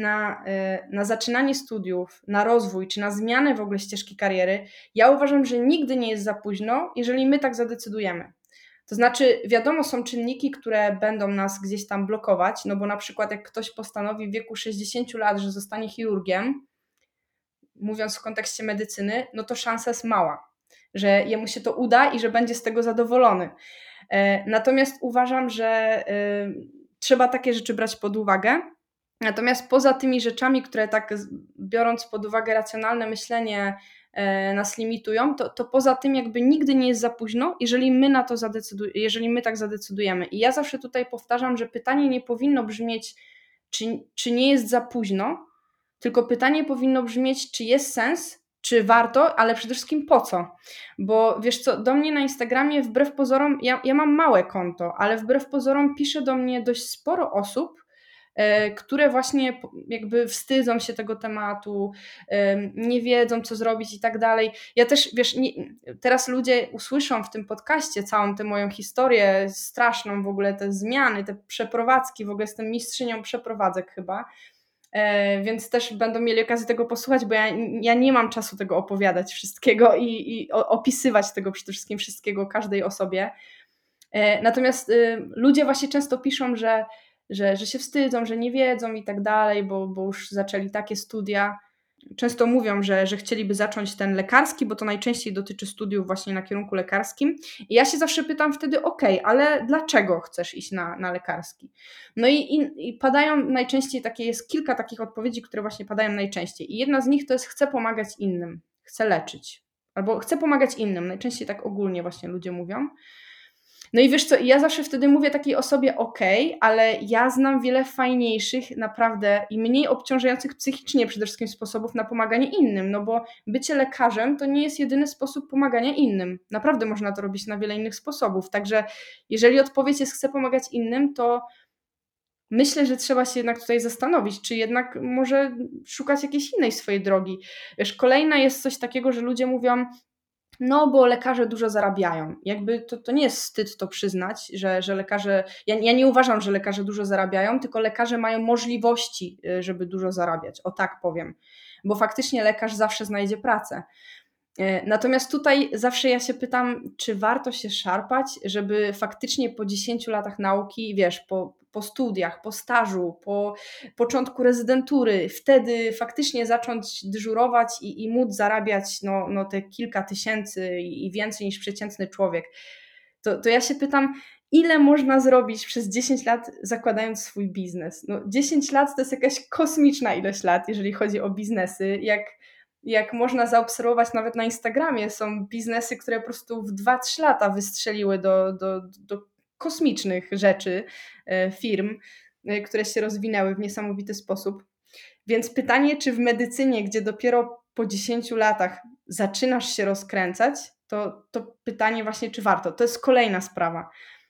na zaczynanie studiów, na rozwój czy na zmianę w ogóle ścieżki kariery, ja uważam, że nigdy nie jest za późno, jeżeli my tak zadecydujemy. To znaczy, wiadomo, są czynniki, które będą nas gdzieś tam blokować, no bo na przykład jak ktoś postanowi w wieku 60 lat, że zostanie chirurgiem, mówiąc w kontekście medycyny, no to szansa jest mała, że jemu się to uda i że będzie z tego zadowolony. Natomiast uważam, że trzeba takie rzeczy brać pod uwagę. Natomiast poza tymi rzeczami, które tak biorąc pod uwagę racjonalne myślenie nas limitują, to poza tym jakby nigdy nie jest za późno, jeżeli my tak zadecydujemy. I ja zawsze tutaj powtarzam, że pytanie nie powinno brzmieć, czy nie jest za późno, tylko pytanie powinno brzmieć, czy jest sens, czy warto, ale przede wszystkim po co? Bo wiesz co, do mnie na Instagramie wbrew pozorom, ja mam małe konto, ale wbrew pozorom pisze do mnie dość sporo osób, które właśnie jakby wstydzą się tego tematu, nie wiedzą, co zrobić i tak dalej. Ja też, wiesz, teraz ludzie usłyszą w tym podcaście całą tę moją historię straszną, w ogóle te zmiany, te przeprowadzki, w ogóle jestem mistrzynią przeprowadzek chyba, więc też będą mieli okazję tego posłuchać, bo ja nie mam czasu tego opowiadać wszystkiego i opisywać tego przede wszystkim wszystkiego każdej osobie. Natomiast ludzie właśnie często piszą, że się wstydzą, że nie wiedzą i tak dalej, bo już zaczęli takie studia. Często mówią, że chcieliby zacząć ten lekarski, bo to najczęściej dotyczy studiów właśnie na kierunku lekarskim. I ja się zawsze pytam wtedy, ale dlaczego chcesz iść na lekarski? No i padają najczęściej jest kilka takich odpowiedzi, które właśnie padają najczęściej. I jedna z nich to jest chcę pomagać innym, chcę leczyć. Albo chcę pomagać innym, najczęściej tak ogólnie właśnie ludzie mówią. No i wiesz co, ja zawsze wtedy mówię takiej osobie ale ja znam wiele fajniejszych naprawdę i mniej obciążających psychicznie przede wszystkim sposobów na pomaganie innym, no bo bycie lekarzem to nie jest jedyny sposób pomagania innym. Naprawdę można to robić na wiele innych sposobów, także jeżeli odpowiedź jest chcę pomagać innym, to myślę, że trzeba się jednak tutaj zastanowić, czy jednak może szukać jakiejś innej swojej drogi. Wiesz, kolejna jest coś takiego, że ludzie mówią, no, bo lekarze dużo zarabiają. Jakby to nie jest wstyd to przyznać, że lekarze... Ja nie uważam, że lekarze dużo zarabiają, tylko lekarze mają możliwości, żeby dużo zarabiać. O tak powiem. Bo faktycznie lekarz zawsze znajdzie pracę. Natomiast tutaj zawsze ja się pytam, czy warto się szarpać, żeby faktycznie po 10 latach nauki, wiesz, po studiach, po stażu, po początku rezydentury, wtedy faktycznie zacząć dyżurować i móc zarabiać no te kilka tysięcy i więcej niż przeciętny człowiek. To ja się pytam, ile można zrobić przez 10 lat zakładając swój biznes? No 10 lat to jest jakaś kosmiczna ilość lat, jeżeli chodzi o biznesy. Jak można zaobserwować nawet na Instagramie, są biznesy, które po prostu w 2-3 lata wystrzeliły do kosmicznych rzeczy, firm, które się rozwinęły w niesamowity sposób. Więc pytanie, czy w medycynie, gdzie dopiero po 10 latach zaczynasz się rozkręcać, to pytanie właśnie, czy warto. To jest kolejna sprawa.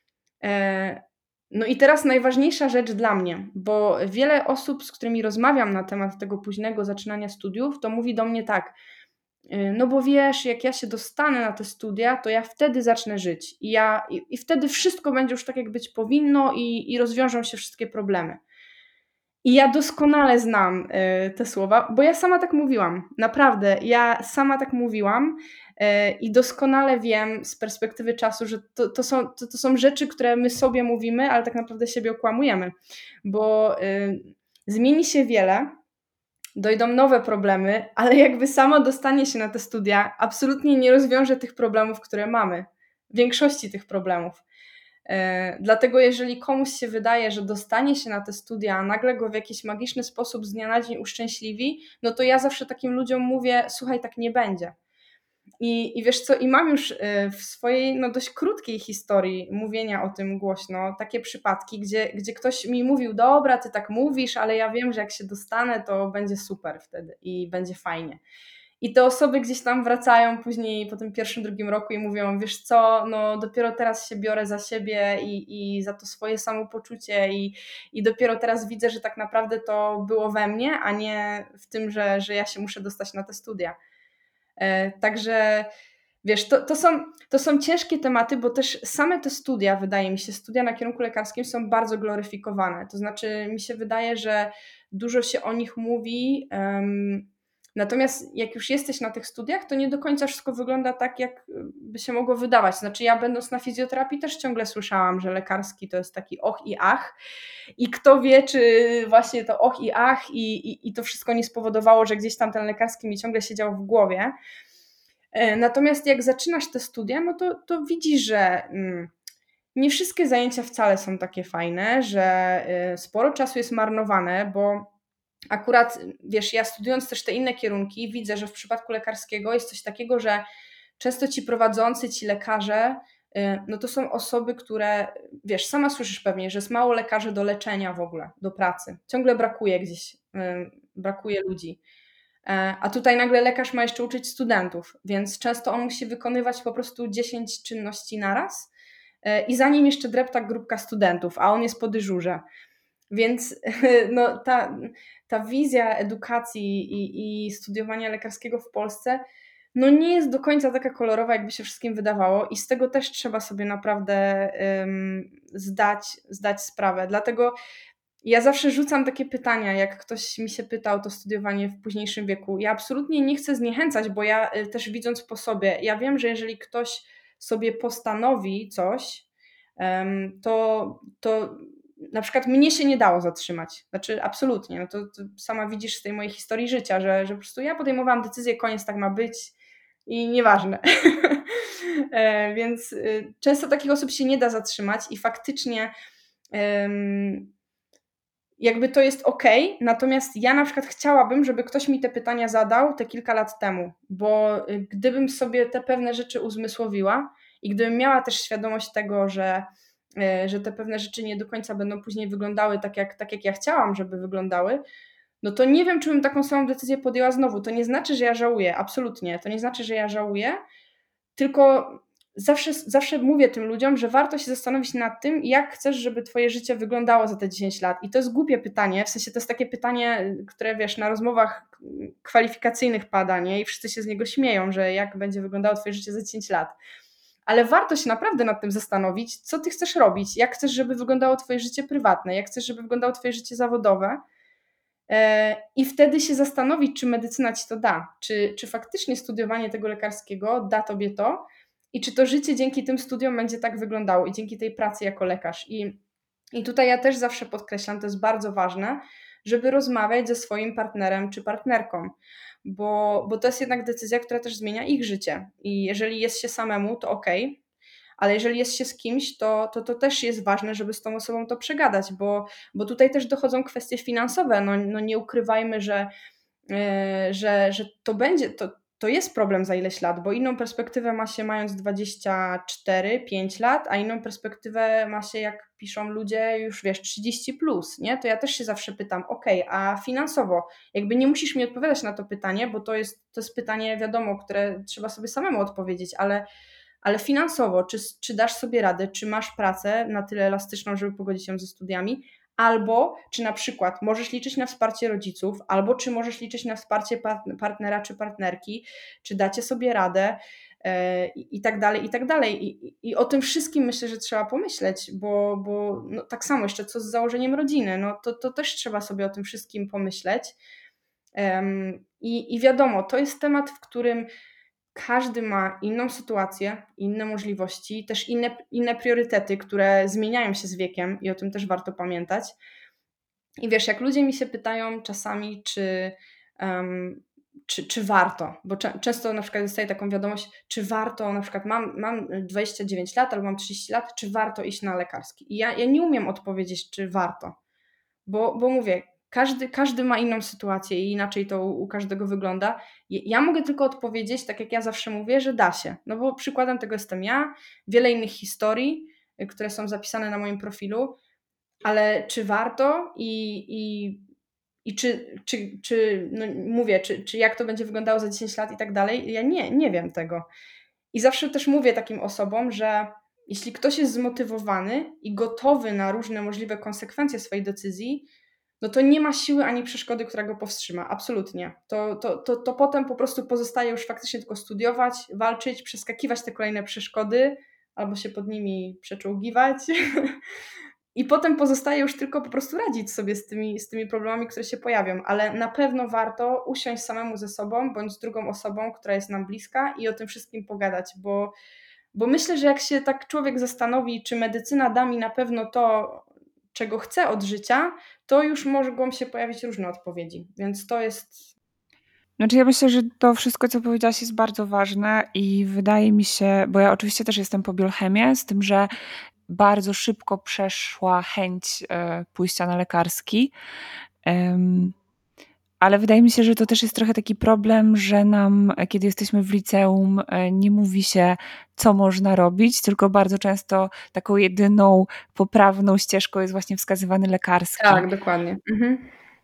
No i teraz najważniejsza rzecz dla mnie, bo wiele osób, z którymi rozmawiam na temat tego późnego zaczynania studiów, to mówi do mnie tak, no bo wiesz, jak ja się dostanę na te studia, to ja wtedy zacznę żyć i wtedy wszystko będzie już tak, jak być powinno i rozwiążą się wszystkie problemy. I ja doskonale znam te słowa, bo ja sama tak mówiłam. Naprawdę, ja sama tak mówiłam i doskonale wiem z perspektywy czasu, że to są rzeczy, które my sobie mówimy, ale tak naprawdę siebie okłamujemy, bo zmieni się wiele, dojdą nowe problemy, ale jakby samo dostanie się na te studia absolutnie nie rozwiąże tych problemów, które mamy. Większości tych problemów. Dlatego jeżeli komuś się wydaje, że dostanie się na te studia, a nagle go w jakiś magiczny sposób z dnia na dzień uszczęśliwi, no to ja zawsze takim ludziom mówię, słuchaj, tak nie będzie. I wiesz co, i mam już w swojej dość krótkiej historii mówienia o tym głośno takie przypadki, gdzie ktoś mi mówił, dobra, ty tak mówisz, ale ja wiem, że jak się dostanę, to będzie super wtedy i będzie fajnie. I te osoby gdzieś tam wracają później po tym pierwszym, drugim roku i mówią, wiesz co, no dopiero teraz się biorę za siebie i za to swoje samopoczucie i dopiero teraz widzę, że tak naprawdę to było we mnie, a nie w tym, że ja się muszę dostać na te studia. Także wiesz, to są ciężkie tematy, bo też same te studia, wydaje mi się, studia na kierunku lekarskim są bardzo gloryfikowane. To znaczy mi się wydaje, że dużo się o nich mówi, natomiast jak już jesteś na tych studiach, to nie do końca wszystko wygląda tak, jak by się mogło wydawać. Znaczy ja będąc na fizjoterapii też ciągle słyszałam, że lekarski to jest taki och i ach. I kto wie, czy właśnie to och i ach i to wszystko nie spowodowało, że gdzieś tam ten lekarski mi ciągle siedział w głowie. Natomiast jak zaczynasz te studia, no to widzisz, że nie wszystkie zajęcia wcale są takie fajne, że sporo czasu jest marnowane, bo akurat, wiesz, ja studiując też te inne kierunki, widzę, że w przypadku lekarskiego jest coś takiego, że często ci prowadzący, ci lekarze, no to są osoby, które, wiesz, sama słyszysz pewnie, że jest mało lekarzy do leczenia w ogóle, do pracy. Ciągle brakuje gdzieś, brakuje ludzi. A tutaj nagle lekarz ma jeszcze uczyć studentów, więc często on musi wykonywać po prostu 10 czynności naraz i za nim jeszcze drepta grupka studentów, a on jest po dyżurze. Więc no, ta wizja edukacji i studiowania lekarskiego w Polsce no nie jest do końca taka kolorowa, jakby się wszystkim wydawało i z tego też trzeba sobie naprawdę zdać sprawę. Dlatego ja zawsze rzucam takie pytania, jak ktoś mi się pyta o to studiowanie w późniejszym wieku. Ja absolutnie nie chcę zniechęcać, bo ja też widząc po sobie, ja wiem, że jeżeli ktoś sobie postanowi coś, to na przykład mnie się nie dało zatrzymać. Znaczy absolutnie. No to sama widzisz z tej mojej historii życia, że po prostu ja podejmowałam decyzję, koniec, tak ma być i nieważne. Więc często takich osób się nie da zatrzymać i faktycznie jakby to jest okej, natomiast ja na przykład chciałabym, żeby ktoś mi te pytania zadał te kilka lat temu, bo gdybym sobie te pewne rzeczy uzmysłowiła i gdybym miała też świadomość tego, że te pewne rzeczy nie do końca będą później wyglądały tak jak ja chciałam, żeby wyglądały, no to nie wiem, czy bym taką samą decyzję podjęła znowu. To nie znaczy, że ja żałuję, absolutnie. To nie znaczy, że ja żałuję, tylko zawsze mówię tym ludziom, że warto się zastanowić nad tym, jak chcesz, żeby twoje życie wyglądało za te 10 lat. I to jest głupie pytanie, w sensie to jest takie pytanie, które wiesz, na rozmowach kwalifikacyjnych pada, nie? I wszyscy się z niego śmieją, że jak będzie wyglądało twoje życie za 10 lat. Ale warto się naprawdę nad tym zastanowić, co ty chcesz robić, jak chcesz, żeby wyglądało twoje życie prywatne, jak chcesz, żeby wyglądało twoje życie zawodowe. I wtedy się zastanowić, czy medycyna ci to da, czy faktycznie studiowanie tego lekarskiego da tobie to i czy to życie dzięki tym studiom będzie tak wyglądało i dzięki tej pracy jako lekarz. I tutaj ja też zawsze podkreślam, to jest bardzo ważne, żeby rozmawiać ze swoim partnerem czy partnerką, bo to jest jednak decyzja, która też zmienia ich życie. I jeżeli jest się samemu, to okej, ale jeżeli jest się z kimś, to też jest ważne, żeby z tą osobą to przegadać, bo tutaj też dochodzą kwestie finansowe. No nie ukrywajmy, że to będzie, to jest problem za ileś lat, bo inną perspektywę ma się mając 24-5 lat, a inną perspektywę ma się, jak piszą ludzie, już wiesz, 30 plus, nie? To ja też się zawsze pytam, a finansowo, jakby nie musisz mi odpowiadać na to pytanie, bo to jest pytanie, wiadomo, które trzeba sobie samemu odpowiedzieć, ale finansowo, czy dasz sobie radę, czy masz pracę na tyle elastyczną, żeby pogodzić ją ze studiami, albo czy na przykład możesz liczyć na wsparcie rodziców, albo czy możesz liczyć na wsparcie partnera czy partnerki, czy dacie sobie radę i tak dalej, i tak dalej. I o tym wszystkim myślę, że trzeba pomyśleć, bo no, tak samo jeszcze co z założeniem rodziny, no to też trzeba sobie o tym wszystkim pomyśleć. I wiadomo, to jest temat, w którym każdy ma inną sytuację, inne możliwości, też inne priorytety, które zmieniają się z wiekiem i o tym też warto pamiętać. I wiesz, jak ludzie mi się pytają czasami, czy warto, bo często na przykład dostaję taką wiadomość, czy warto, na przykład mam 29 lat albo mam 30 lat, czy warto iść na lekarski. I ja nie umiem odpowiedzieć, czy warto, bo mówię, każdy ma inną sytuację i inaczej to u każdego wygląda. Ja mogę tylko odpowiedzieć, tak jak ja zawsze mówię, że da się, no bo przykładem tego jestem ja, wiele innych historii, które są zapisane na moim profilu, ale czy warto i czy no mówię, czy jak to będzie wyglądało za 10 lat i tak dalej, ja nie wiem tego. I zawsze też mówię takim osobom, że jeśli ktoś jest zmotywowany i gotowy na różne możliwe konsekwencje swojej decyzji, no to nie ma siły ani przeszkody, która go powstrzyma. Absolutnie. To potem po prostu pozostaje już faktycznie tylko studiować, walczyć, przeskakiwać te kolejne przeszkody albo się pod nimi przeczołgiwać. I potem pozostaje już tylko po prostu radzić sobie z tymi problemami, które się pojawią, ale na pewno warto usiąść samemu ze sobą bądź z drugą osobą, która jest nam bliska i o tym wszystkim pogadać, bo myślę, że jak się tak człowiek zastanowi, czy medycyna da mi na pewno to, czego chcę od życia, to już mogą się pojawić różne odpowiedzi, więc to jest... Znaczy ja myślę, że to wszystko, co powiedziałaś, jest bardzo ważne i wydaje mi się, bo ja oczywiście też jestem po biochemię, z tym, że bardzo szybko przeszła chęć pójścia na lekarski. Ale wydaje mi się, że to też jest trochę taki problem, że nam, kiedy jesteśmy w liceum, nie mówi się, co można robić, tylko bardzo często taką jedyną poprawną ścieżką jest właśnie wskazywany lekarski. Tak, dokładnie. Mhm.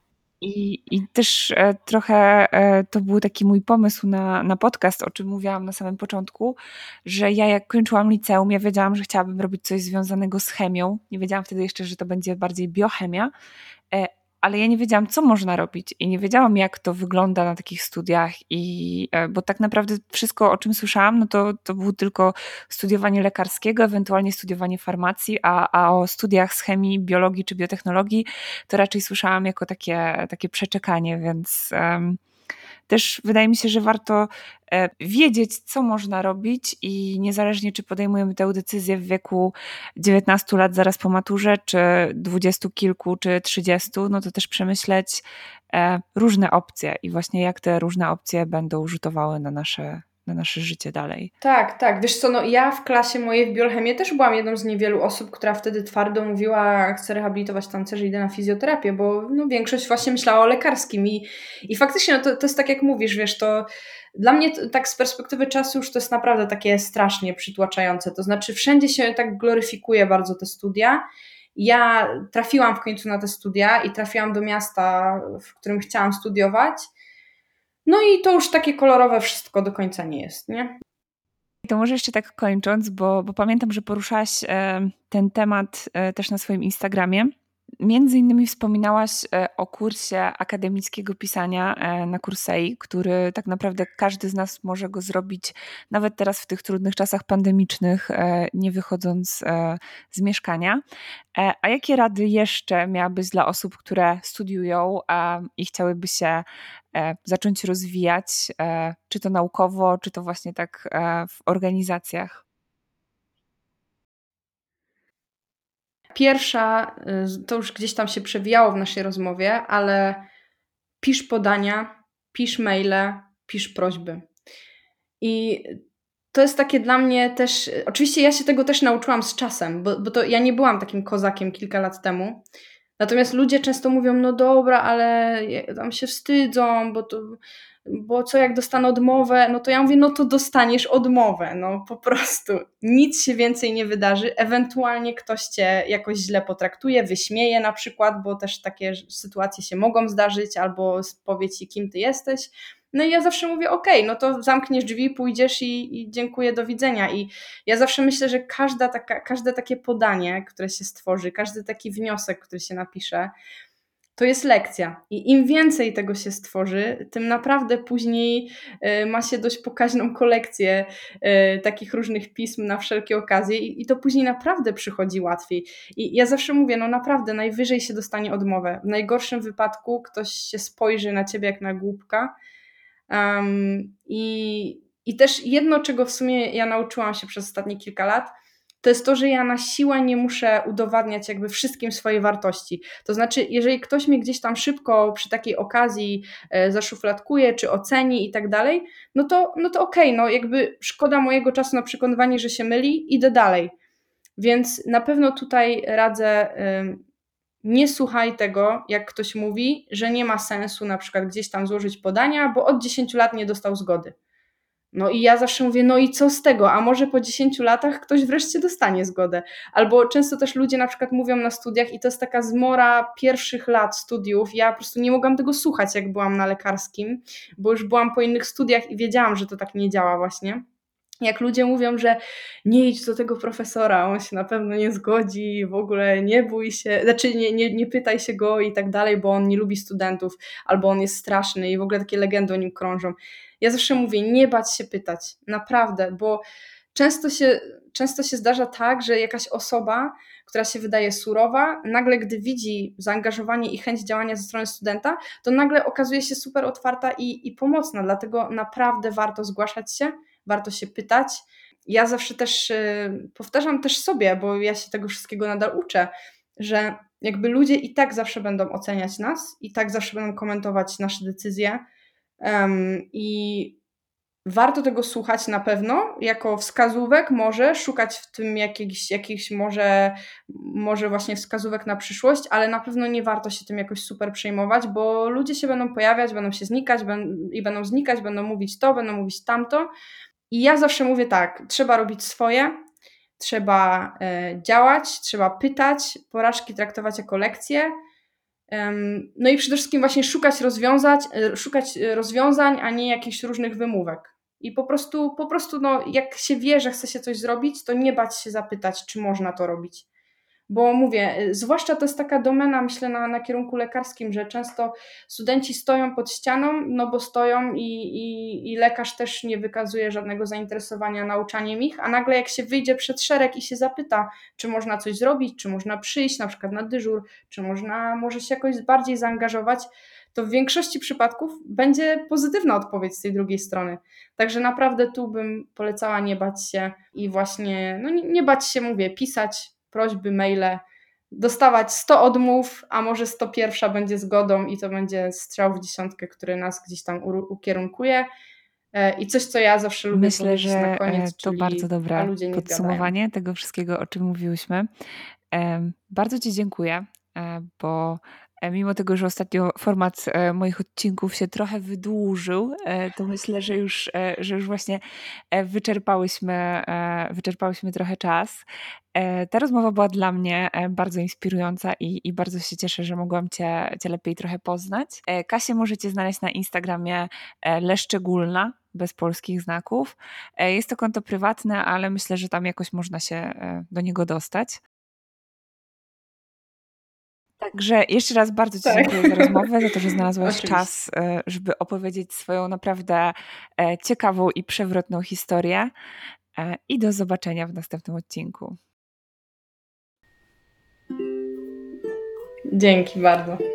I też trochę to był taki mój pomysł na podcast, o czym mówiłam na samym początku, że ja jak kończyłam liceum, ja wiedziałam, że chciałabym robić coś związanego z chemią. Nie wiedziałam wtedy jeszcze, że to będzie bardziej biochemia, ale ja nie wiedziałam, co można robić i nie wiedziałam, jak to wygląda na takich studiach, bo tak naprawdę wszystko, o czym słyszałam, no to było tylko studiowanie lekarskiego, ewentualnie studiowanie farmacji, a o studiach z chemii, biologii czy biotechnologii to raczej słyszałam jako takie przeczekanie, więc też wydaje mi się, że warto wiedzieć, co można robić i niezależnie, czy podejmujemy tę decyzję w wieku 19 lat zaraz po maturze, czy 20 kilku, czy 30, no to też przemyśleć różne opcje i właśnie jak te różne opcje będą rzutowały na nasze życie dalej. Tak, tak. Wiesz co, no ja w klasie mojej w biochemii też byłam jedną z niewielu osób, która wtedy twardo mówiła, chcę rehabilitować tancerzy, idę na fizjoterapię, bo no, większość właśnie myślała o lekarskim i faktycznie no, to jest tak jak mówisz, wiesz, to dla mnie tak z perspektywy czasu już to jest naprawdę takie strasznie przytłaczające, to znaczy wszędzie się tak gloryfikuje bardzo te studia. Ja trafiłam w końcu na te studia i trafiłam do miasta, w którym chciałam studiować. No i to już takie kolorowe wszystko do końca nie jest, nie? I to może jeszcze tak kończąc, bo pamiętam, że poruszałaś ten temat też na swoim Instagramie. Między innymi wspominałaś o kursie akademickiego pisania na Coursei, który tak naprawdę każdy z nas może go zrobić nawet teraz w tych trudnych czasach pandemicznych, nie wychodząc z mieszkania. A jakie rady jeszcze miałabyś dla osób, które studiują i chciałyby się zacząć rozwijać, czy to naukowo, czy to właśnie tak w organizacjach? Pierwsza, to już gdzieś tam się przewijało w naszej rozmowie, ale pisz podania, pisz maile, pisz prośby. I to jest takie dla mnie też, oczywiście ja się tego też nauczyłam z czasem, bo to ja nie byłam takim kozakiem kilka lat temu. Natomiast ludzie często mówią, no dobra, ale tam się wstydzą, bo co jak dostanę odmowę, no to ja mówię, no to dostaniesz odmowę, no po prostu. Nic się więcej nie wydarzy, ewentualnie ktoś cię jakoś źle potraktuje, wyśmieje na przykład, bo też takie sytuacje się mogą zdarzyć, albo powie ci, kim ty jesteś. No i ja zawsze mówię, okej, no to zamkniesz drzwi, pójdziesz i dziękuję, do widzenia. I ja zawsze myślę, że każde takie podanie, które się stworzy, każdy taki wniosek, który się napisze, to jest lekcja. I im więcej tego się stworzy, tym naprawdę później ma się dość pokaźną kolekcję takich różnych pism na wszelkie okazje i to później naprawdę przychodzi łatwiej. I ja zawsze mówię, no naprawdę, najwyżej się dostanie odmowę. W najgorszym wypadku ktoś się spojrzy na ciebie jak na głupka. I też jedno, czego w sumie ja nauczyłam się przez ostatnie kilka lat, to jest to, że ja na siłę nie muszę udowadniać jakby wszystkim swojej wartości. To znaczy, jeżeli ktoś mnie gdzieś tam szybko przy takiej okazji zaszufladkuje, czy oceni i tak dalej, no to okej, no jakby szkoda mojego czasu na przekonywanie, że się myli, idę dalej. Więc na pewno tutaj radzę, nie słuchaj tego, jak ktoś mówi, że nie ma sensu na przykład gdzieś tam złożyć podania, bo od 10 lat nie dostał zgody. No i ja zawsze mówię, no i co z tego, a może po 10 latach ktoś wreszcie dostanie zgodę. Albo często też ludzie na przykład mówią na studiach i to jest taka zmora pierwszych lat studiów, ja po prostu nie mogłam tego słuchać, jak byłam na lekarskim, bo już byłam po innych studiach i wiedziałam, że to tak nie działa właśnie. Jak ludzie mówią, że nie idź do tego profesora, on się na pewno nie zgodzi, w ogóle nie bój się, znaczy nie pytaj się go i tak dalej, bo on nie lubi studentów, albo on jest straszny i w ogóle takie legendy o nim krążą. Ja zawsze mówię, nie bać się pytać, naprawdę, bo często się zdarza tak, że jakaś osoba, która się wydaje surowa, nagle gdy widzi zaangażowanie i chęć działania ze strony studenta, to nagle okazuje się super otwarta i pomocna, dlatego naprawdę warto zgłaszać się, warto się pytać. Ja zawsze też powtarzam też sobie, bo ja się tego wszystkiego nadal uczę, że jakby ludzie i tak zawsze będą oceniać nas, i tak zawsze będą komentować nasze decyzje, i warto tego słuchać na pewno, jako wskazówek może, szukać w tym jakichś może właśnie wskazówek na przyszłość, ale na pewno nie warto się tym jakoś super przejmować, bo ludzie się będą pojawiać, będą się znikać i będą znikać, będą mówić to, będą mówić tamto. I ja zawsze mówię tak, trzeba robić swoje, trzeba działać, trzeba pytać, porażki traktować jako lekcje. No i przede wszystkim właśnie szukać rozwiązań, a nie jakichś różnych wymówek. I po prostu no, jak się wie, że chce się coś zrobić, to nie bać się zapytać, czy można to robić. Bo mówię, zwłaszcza to jest taka domena, myślę, na kierunku lekarskim, że często studenci stoją pod ścianą, no bo stoją i lekarz też nie wykazuje żadnego zainteresowania nauczaniem ich, a nagle jak się wyjdzie przed szereg i się zapyta, czy można coś zrobić, czy można przyjść na przykład na dyżur, czy może się jakoś bardziej zaangażować, to w większości przypadków będzie pozytywna odpowiedź z tej drugiej strony. Także naprawdę tu bym polecała nie bać się i właśnie, no nie bać się, mówię, pisać prośby, maile, dostawać 100 odmów, a może 101 będzie zgodą i to będzie strzał w dziesiątkę, który nas gdzieś tam ukierunkuje. I coś, co ja zawsze lubię Myślę, powiedzieć na że koniec, to bardzo czyli a dobre ludzie nie gadają. podsumowanie tego wszystkiego, o czym mówiłyśmy. Bardzo Ci dziękuję, bo mimo tego, że ostatnio format moich odcinków się trochę wydłużył, to myślę, że już właśnie wyczerpałyśmy trochę czas. Ta rozmowa była dla mnie bardzo inspirująca i bardzo się cieszę, że mogłam Cię lepiej trochę poznać. Kasię możecie znaleźć na Instagramie Leszczególna, bez polskich znaków. Jest to konto prywatne, ale myślę, że tam jakoś można się do niego dostać. Także jeszcze raz bardzo Ci Tak. dziękuję za rozmowę, za to, że znalazłaś Oczywiście. czas, żeby opowiedzieć swoją naprawdę ciekawą i przewrotną historię. I do zobaczenia w następnym odcinku. Dzięki bardzo.